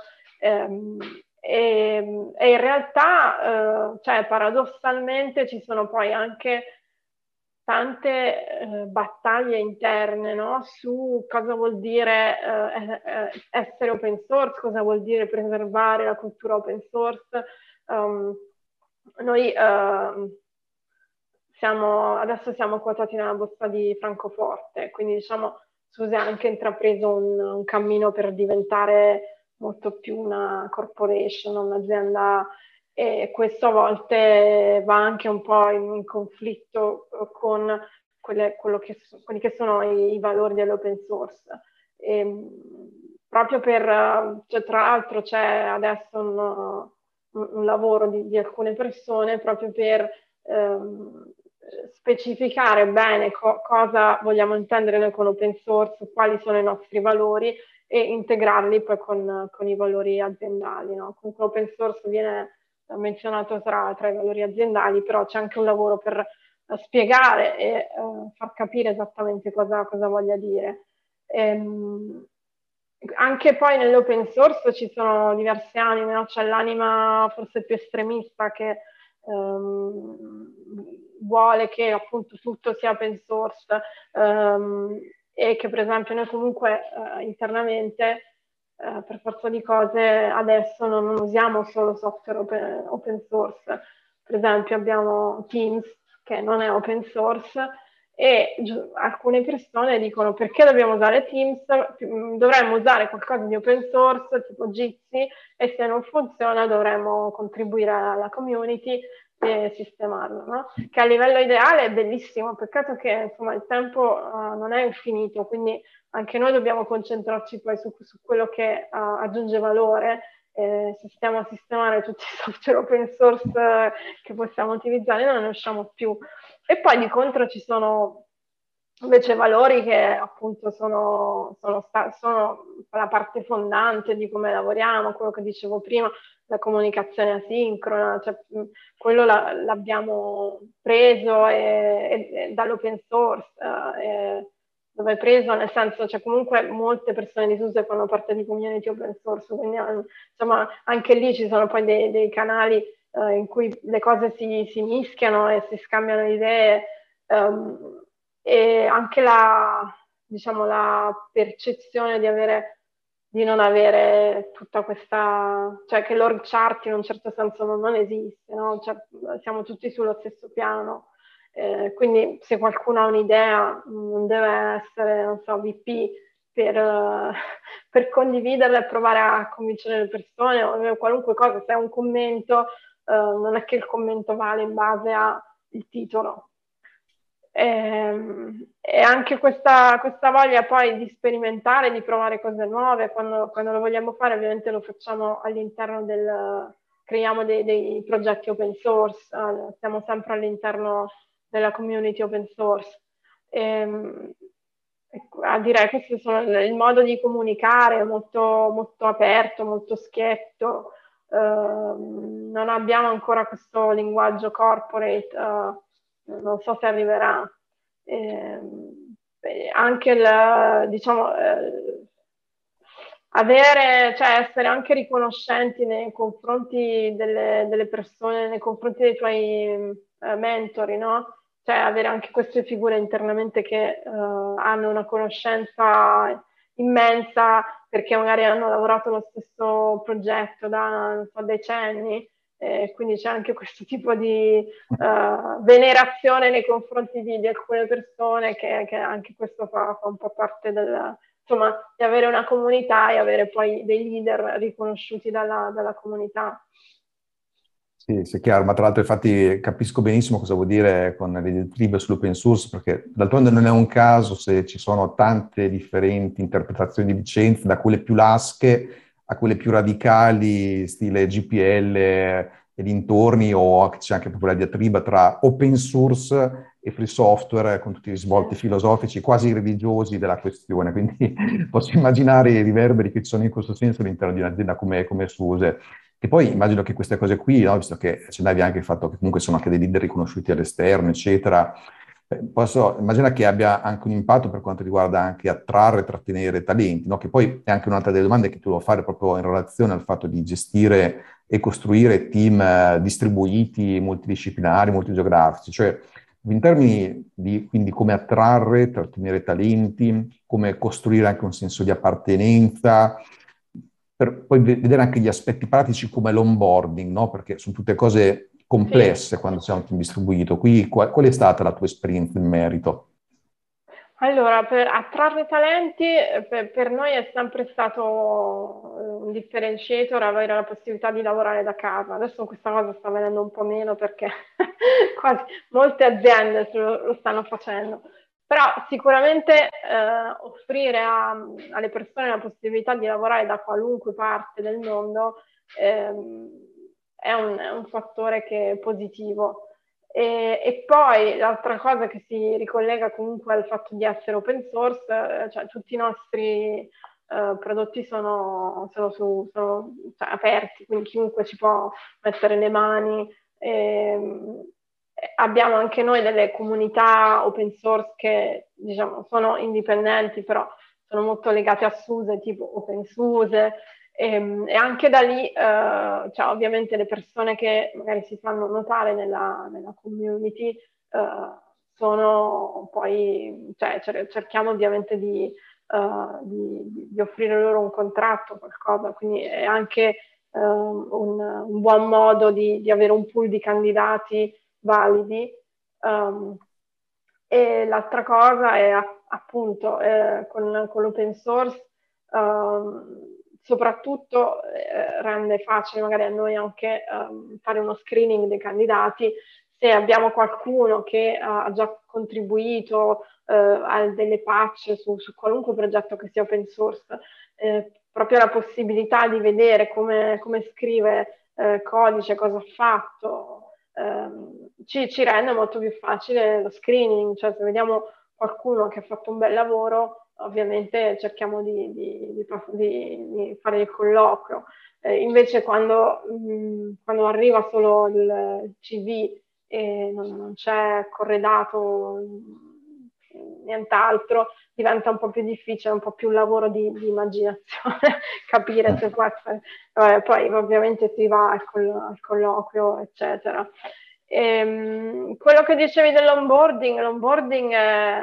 e in realtà, cioè, paradossalmente ci sono poi anche tante battaglie interne, no? Su cosa vuol dire essere open source, cosa vuol dire preservare la cultura open source. Noi adesso siamo quotati nella borsa di Francoforte, quindi diciamo SUSE ha anche intrapreso un cammino per diventare molto più una corporation, un'azienda, e questo a volte va anche un po' in conflitto con quelli che sono i valori dell'open source. Proprio cioè, tra l'altro c'è adesso un lavoro di alcune persone proprio per specificare bene cosa vogliamo intendere noi con open source, quali sono i nostri valori e integrarli poi con i valori aziendali, no? Comunque open source viene menzionato tra i valori aziendali, però c'è anche un lavoro per spiegare e far capire esattamente cosa voglia dire. Anche poi nell'open source ci sono diverse anime, no? C'è l'anima forse più estremista che vuole che appunto tutto sia open source e che per esempio noi comunque internamente per forza di cose adesso non usiamo solo software open source. Per esempio abbiamo Teams che non è open source e alcune persone dicono perché dobbiamo usare Teams, dovremmo usare qualcosa di open source tipo Jitsi e se non funziona dovremmo contribuire alla community e sistemarlo, no? Che a livello ideale è bellissimo, peccato che insomma il tempo non è infinito, quindi anche noi dobbiamo concentrarci poi su quello che aggiunge valore. Se stiamo a sistemare tutti i software open source che possiamo utilizzare non ne usciamo più. E poi di contro ci sono invece valori che appunto sono la parte fondante di come lavoriamo, quello che dicevo prima, la comunicazione asincrona, cioè, quello l'abbiamo preso dall'open source, dove è preso nel senso, cioè comunque molte persone di SUSE fanno parte di community open source, quindi insomma anche lì ci sono poi dei canali in cui le cose si mischiano e si scambiano idee. E anche diciamo, la percezione di non avere tutta questa, cioè che l'org chart in un certo senso non esiste, no? Cioè, siamo tutti sullo stesso piano. Quindi se qualcuno ha un'idea non deve essere, non so, VP per condividerla e provare a convincere le persone o qualunque cosa, se è un commento, non è che il commento vale in base al titolo. E anche questa voglia poi di sperimentare, di provare cose nuove, quando lo vogliamo fare ovviamente lo facciamo all'interno creiamo dei progetti open source, siamo sempre all'interno della community open source. Direi che questo sono il modo di comunicare molto, molto aperto, molto schietto. Non abbiamo ancora questo linguaggio corporate, non so se arriverà. Anche diciamo, cioè essere anche riconoscenti nei confronti delle persone, nei confronti dei tuoi mentori, no? Cioè avere anche queste figure internamente che hanno una conoscenza immensa perché magari hanno lavorato allo stesso progetto da non so, decenni. Quindi c'è anche questo tipo di venerazione nei confronti di alcune persone che anche questo fa un po' parte insomma, di avere una comunità e avere poi dei leader riconosciuti dalla comunità. Sì, sì, è chiaro, ma tra l'altro infatti capisco benissimo cosa vuol dire con le diatribe sull'open source, perché d'altronde non è un caso se ci sono tante differenti interpretazioni di licenze, da quelle più lasche a quelle più radicali, stile GPL e dintorni, o c'è anche proprio la diatriba tra open source e free software, con tutti i risvolti filosofici quasi religiosi della questione. Quindi posso immaginare i riverberi che ci sono in questo senso all'interno di un'azienda come SUSE. E poi immagino che queste cose qui, no, visto che accennavi anche il fatto che comunque sono anche dei leader riconosciuti all'esterno, eccetera, posso immaginare che abbia anche un impatto per quanto riguarda anche attrarre e trattenere talenti, no? Che poi è anche un'altra delle domande che ti volevo fare proprio in relazione al fatto di gestire e costruire team distribuiti, multidisciplinari, multigeografici, cioè in termini di quindi come attrarre, trattenere talenti, come costruire anche un senso di appartenenza, per poi vedere anche gli aspetti pratici come l'onboarding, no? Perché sono tutte cose Sì. complesse quando sei un team distribuito. Qui qual è stata la tua esperienza in merito? Allora, per attrarre talenti, per noi è sempre stato un differentiator avere la possibilità di lavorare da casa. Adesso questa cosa sta venendo un po' meno perché quasi molte aziende lo stanno facendo. Però sicuramente offrire alle persone la possibilità di lavorare da qualunque parte del mondo è un fattore che è positivo. E poi l'altra cosa che si ricollega comunque al fatto di essere open source, cioè tutti i nostri prodotti sono cioè, aperti, quindi chiunque ci può mettere le mani. Abbiamo anche noi delle comunità open source che diciamo sono indipendenti, però sono molto legate a SUSE, tipo OpenSUSE, e anche da lì, cioè, ovviamente le persone che magari si fanno notare nella community sono poi, cioè, cerchiamo ovviamente di offrire loro un contratto, qualcosa, quindi è anche un buon modo di avere un pool di candidati validi. E l'altra cosa è appunto con l'open source soprattutto rende facile magari a noi anche fare uno screening dei candidati se abbiamo qualcuno che ha già contribuito a delle patch su qualunque progetto che sia open source, proprio la possibilità di vedere come scrive codice, cosa ha fatto, ci rende molto più facile lo screening, cioè se vediamo qualcuno che ha fatto un bel lavoro, ovviamente cerchiamo di fare il colloquio. Invece quando arriva solo il CV e non c'è corredato nient'altro, diventa un po' più difficile, un po' più un lavoro di immaginazione, capire se può essere. Poi ovviamente si va al colloquio, eccetera. Quello che dicevi l'onboarding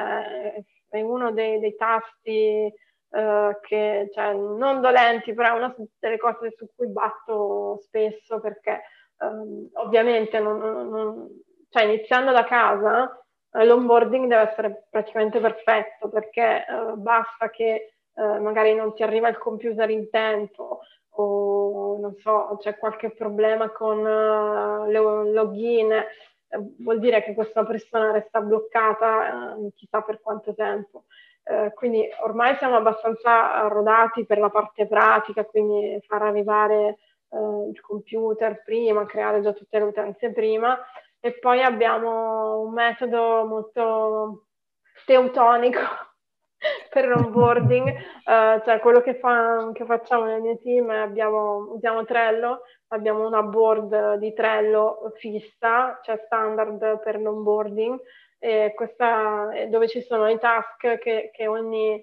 è uno dei tasti che, cioè, non dolenti, però è una delle cose su cui batto spesso perché ovviamente cioè, iniziando da casa l'onboarding deve essere praticamente perfetto perché basta che magari non ti arriva il computer in tempo o non so, c'è qualche problema con il login, vuol dire che questa persona resta bloccata chissà per quanto tempo. Quindi ormai siamo abbastanza rodati per la parte pratica, quindi far arrivare il computer prima, creare già tutte le utenze prima, e poi abbiamo un metodo molto teutonico per l'onboarding, cioè quello che facciamo nel mio team è usiamo Trello, abbiamo una board di Trello fissa, cioè standard per l'onboarding, e questa è dove ci sono i task che ogni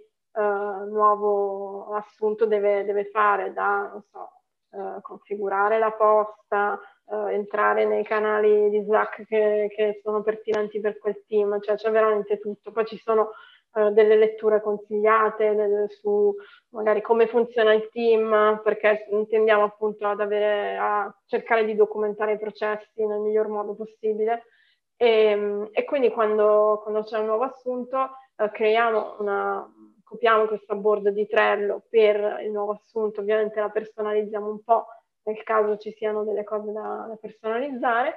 nuovo assunto deve fare, non so, configurare la posta, entrare nei canali di Slack che sono pertinenti per quel team, cioè c'è veramente tutto. Poi ci sono delle letture consigliate su magari come funziona il team, perché tendiamo appunto a cercare di documentare i processi nel miglior modo possibile. E quindi quando c'è un nuovo assunto copiamo questa board di Trello per il nuovo assunto, ovviamente la personalizziamo un po', nel caso ci siano delle cose da personalizzare.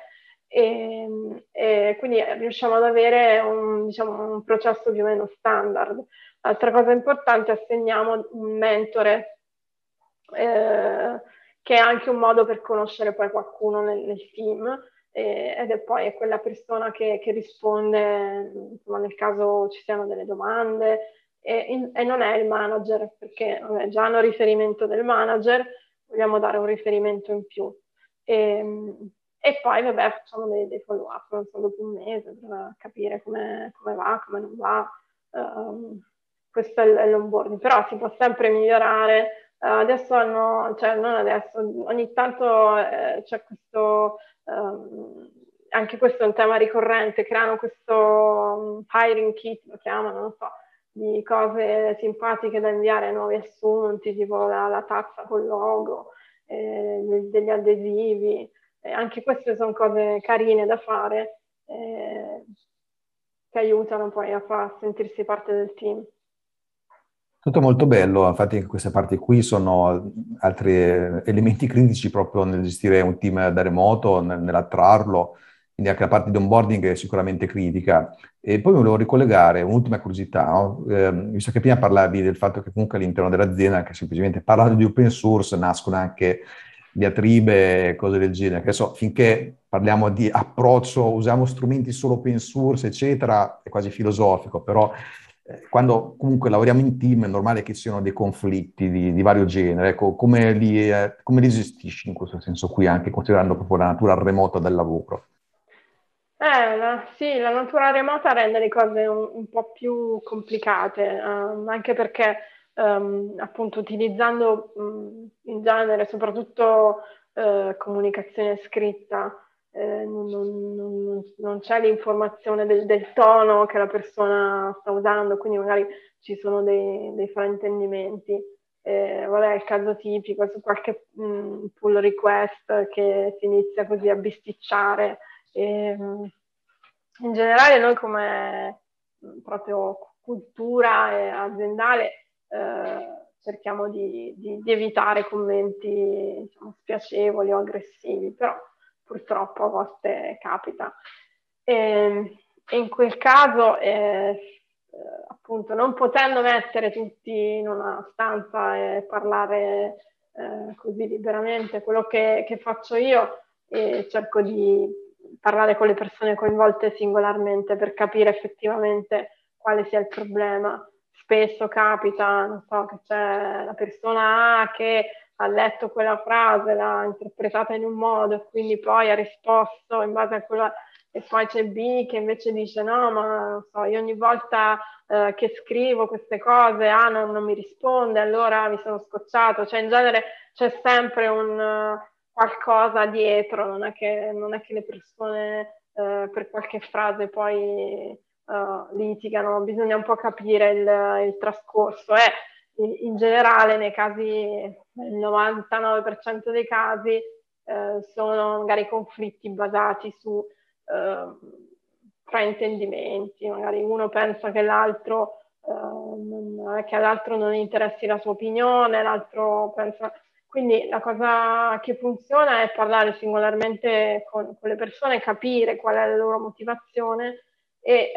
E quindi riusciamo ad avere un processo più o meno standard. Altra cosa importante, assegniamo un mentore, che è anche un modo per conoscere poi qualcuno nel team, ed è poi quella persona che risponde, insomma, nel caso ci siano delle domande, e non è il manager, perché già hanno riferimento del manager, vogliamo dare un riferimento in più. E poi, vabbè, facciamo dei follow-up, non so, dopo un mese, per capire come va, come non va. Questo è l'onboarding, però si può sempre migliorare. Adesso cioè non adesso, ogni tanto c'è questo, anche questo è un tema ricorrente, creano questo hiring kit, lo chiamano, non so, di cose simpatiche da inviare ai nuovi assunti, tipo la tazza col logo, degli adesivi. Anche queste sono cose carine da fare, che aiutano poi a far sentirsi parte del team. Tutto molto bello, infatti queste parti qui sono altri elementi critici proprio nel gestire un team da remoto, nell'attrarlo, quindi anche la parte di onboarding è sicuramente critica. E poi volevo ricollegare un'ultima curiosità, no? Visto che prima parlavi del fatto che comunque all'interno dell'azienda, anche semplicemente parlando di open source, nascono anche diatribe e cose del genere. Che adesso, finché parliamo di approccio, usiamo strumenti solo open source, eccetera, è quasi filosofico, però quando comunque lavoriamo in team è normale che ci siano dei conflitti di vario genere. Ecco, come li gestisci in questo senso qui, anche considerando proprio la natura remota del lavoro? Sì, la natura remota rende le cose un po' più complicate, anche perché appunto utilizzando in genere soprattutto comunicazione scritta, non c'è l'informazione del tono che la persona sta usando, quindi magari ci sono dei fraintendimenti. Vabbè, il caso tipico su qualche pull request che si inizia così a bisticciare. In generale noi come proprio cultura aziendale cerchiamo di evitare commenti, diciamo, spiacevoli o aggressivi, però purtroppo a volte capita. E in quel caso, appunto, non potendo mettere tutti in una stanza e parlare così liberamente, quello che faccio io, cerco di parlare con le persone coinvolte singolarmente per capire effettivamente quale sia il problema. Spesso capita, non so, che c'è la persona A che ha letto quella frase, l'ha interpretata in un modo e quindi poi ha risposto in base a quella, e poi c'è B che invece dice no, ma non so, io ogni volta che scrivo queste cose A non mi risponde, allora mi sono scocciato. Cioè in genere c'è sempre un qualcosa dietro, non è che le persone per qualche frase poi litigano, bisogna un po' capire il trascorso. In generale nei casi, nel 99% dei casi, sono magari conflitti basati su fraintendimenti, magari uno pensa che l'altro non interessi la sua opinione, l'altro pensa. Quindi la cosa che funziona è parlare singolarmente con le persone, capire qual è la loro motivazione e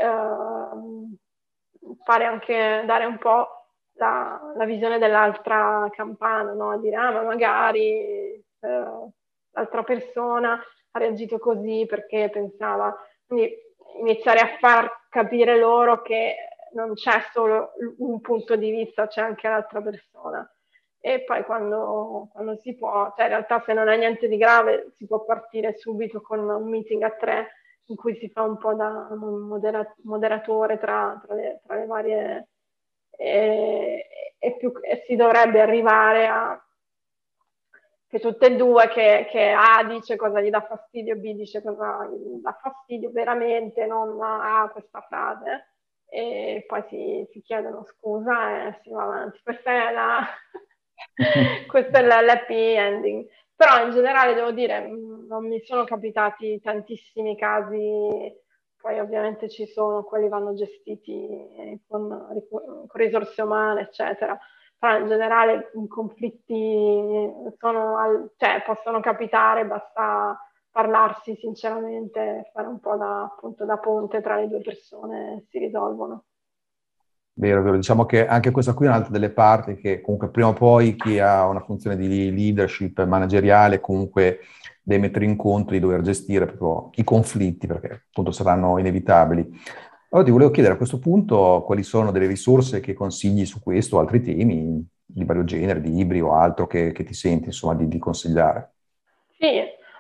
dare un po' la visione dell'altra campana, no? Dire, ma magari l'altra persona ha reagito così perché pensava. Quindi iniziare a far capire loro che non c'è solo un punto di vista, c'è anche l'altra persona. E poi quando si può, cioè in realtà se non è niente di grave, si può partire subito con un meeting a 3 in cui si fa un po' da moderatore tra le varie e si dovrebbe arrivare a che tutte e due, che A dice cosa gli dà fastidio, B dice cosa gli dà fastidio veramente, non A questa frase, e poi si chiedono scusa e si va avanti. Questo è l'happy ending. Però in generale devo dire, non mi sono capitati tantissimi casi, poi ovviamente quelli vanno gestiti con risorse umane, eccetera. però in generale i conflitti possono capitare, basta parlarsi sinceramente, fare un po' appunto da ponte tra le due persone, si risolvono. Vero, vero. Diciamo che anche questa qui è un'altra delle parti che comunque prima o poi chi ha una funzione di leadership manageriale comunque deve mettere in conto di dover gestire proprio i conflitti perché appunto saranno inevitabili. Allora ti volevo chiedere a questo punto quali sono delle risorse che consigli su questo o altri temi di vario genere, di libri o altro che ti senti insomma di consigliare. Sì,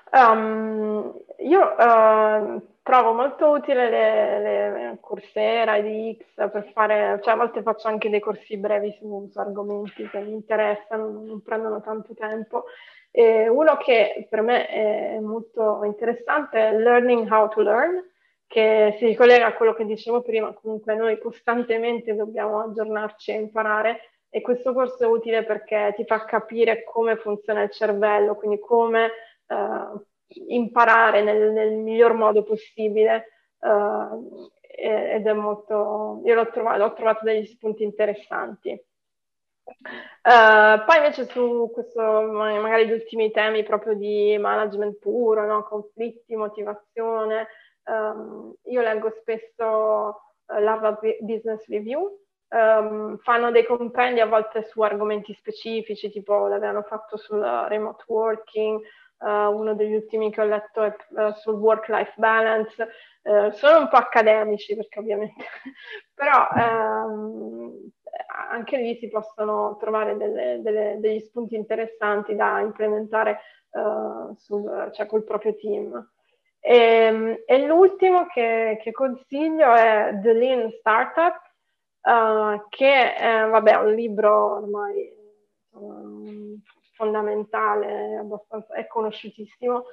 io trovo molto utile le Coursera, edX per fare, cioè a volte faccio anche dei corsi brevi su argomenti che mi interessano, non prendono tanto tempo. E uno che per me è molto interessante è Learning How to Learn, che si ricollega a quello che dicevo prima, comunque noi costantemente dobbiamo aggiornarci e imparare. E questo corso è utile perché ti fa capire come funziona il cervello, quindi come imparare nel miglior modo possibile ed è molto, io ho trovato degli spunti interessanti. Poi invece su questo, magari gli ultimi temi proprio di management puro, no? Conflitti, motivazione, io leggo spesso l'Harvard Business Review. Fanno dei compendi a volte su argomenti specifici, tipo l'avevano fatto sul remote working, uno degli ultimi che ho letto è sul work-life balance. Sono un po' accademici perché ovviamente, però anche lì si possono trovare degli spunti interessanti da implementare cioè col proprio team. E l'ultimo che consiglio è The Lean Startup, che vabbè, è un libro ormai fondamentale, è conosciutissimo,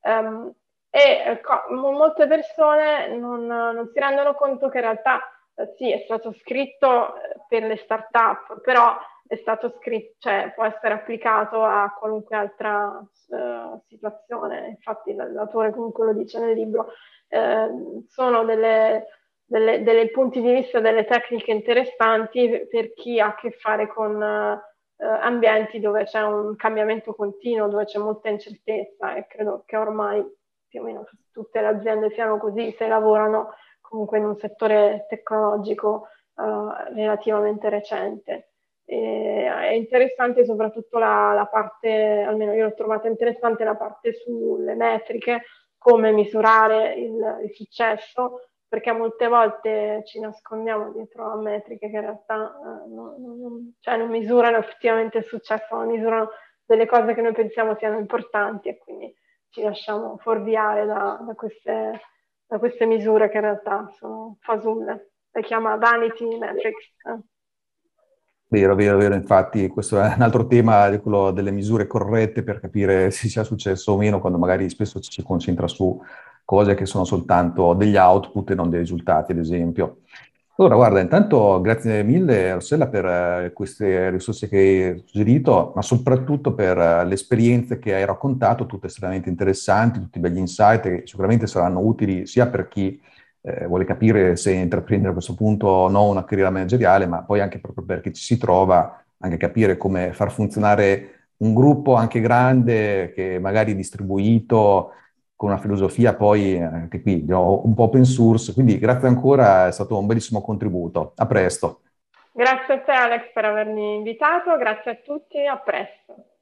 e molte persone non si rendono conto che in realtà sì, è stato scritto per le start-up, però è stato scritto, cioè può essere applicato a qualunque altra situazione. Infatti l'autore comunque lo dice nel libro, sono delle punti di vista, delle tecniche interessanti per chi ha a che fare con ambienti dove c'è un cambiamento continuo, dove c'è molta incertezza, e credo che ormai più o meno tutte le aziende siano così, se lavorano comunque in un settore tecnologico relativamente recente. È interessante soprattutto la parte, almeno io l'ho trovata interessante, la parte sulle metriche, come misurare il successo, perché molte volte ci nascondiamo dietro a metriche che in realtà cioè non misurano effettivamente il successo, ma misurano delle cose che noi pensiamo siano importanti, e quindi ci lasciamo fuorviare da queste misure che in realtà sono fasulle. Le chiama vanity metrics. Vero, vero, vero, infatti questo è un altro tema di quello delle misure corrette per capire se sia successo o meno, quando magari spesso ci si concentra su cose che sono soltanto degli output e non dei risultati, ad esempio. Allora, guarda, intanto grazie mille Rossella per queste risorse che hai suggerito, ma soprattutto per le esperienze che hai raccontato, tutte estremamente interessanti, tutti begli insight che sicuramente saranno utili sia per chi vuole capire se intraprendere a questo punto o no una carriera manageriale, ma poi anche proprio per chi ci si trova, anche capire come far funzionare un gruppo anche grande, che magari è distribuito, con una filosofia poi anche qui un po' open source. Quindi grazie ancora, è stato un bellissimo contributo. A presto. Grazie a te Alex per avermi invitato, grazie a tutti, a presto.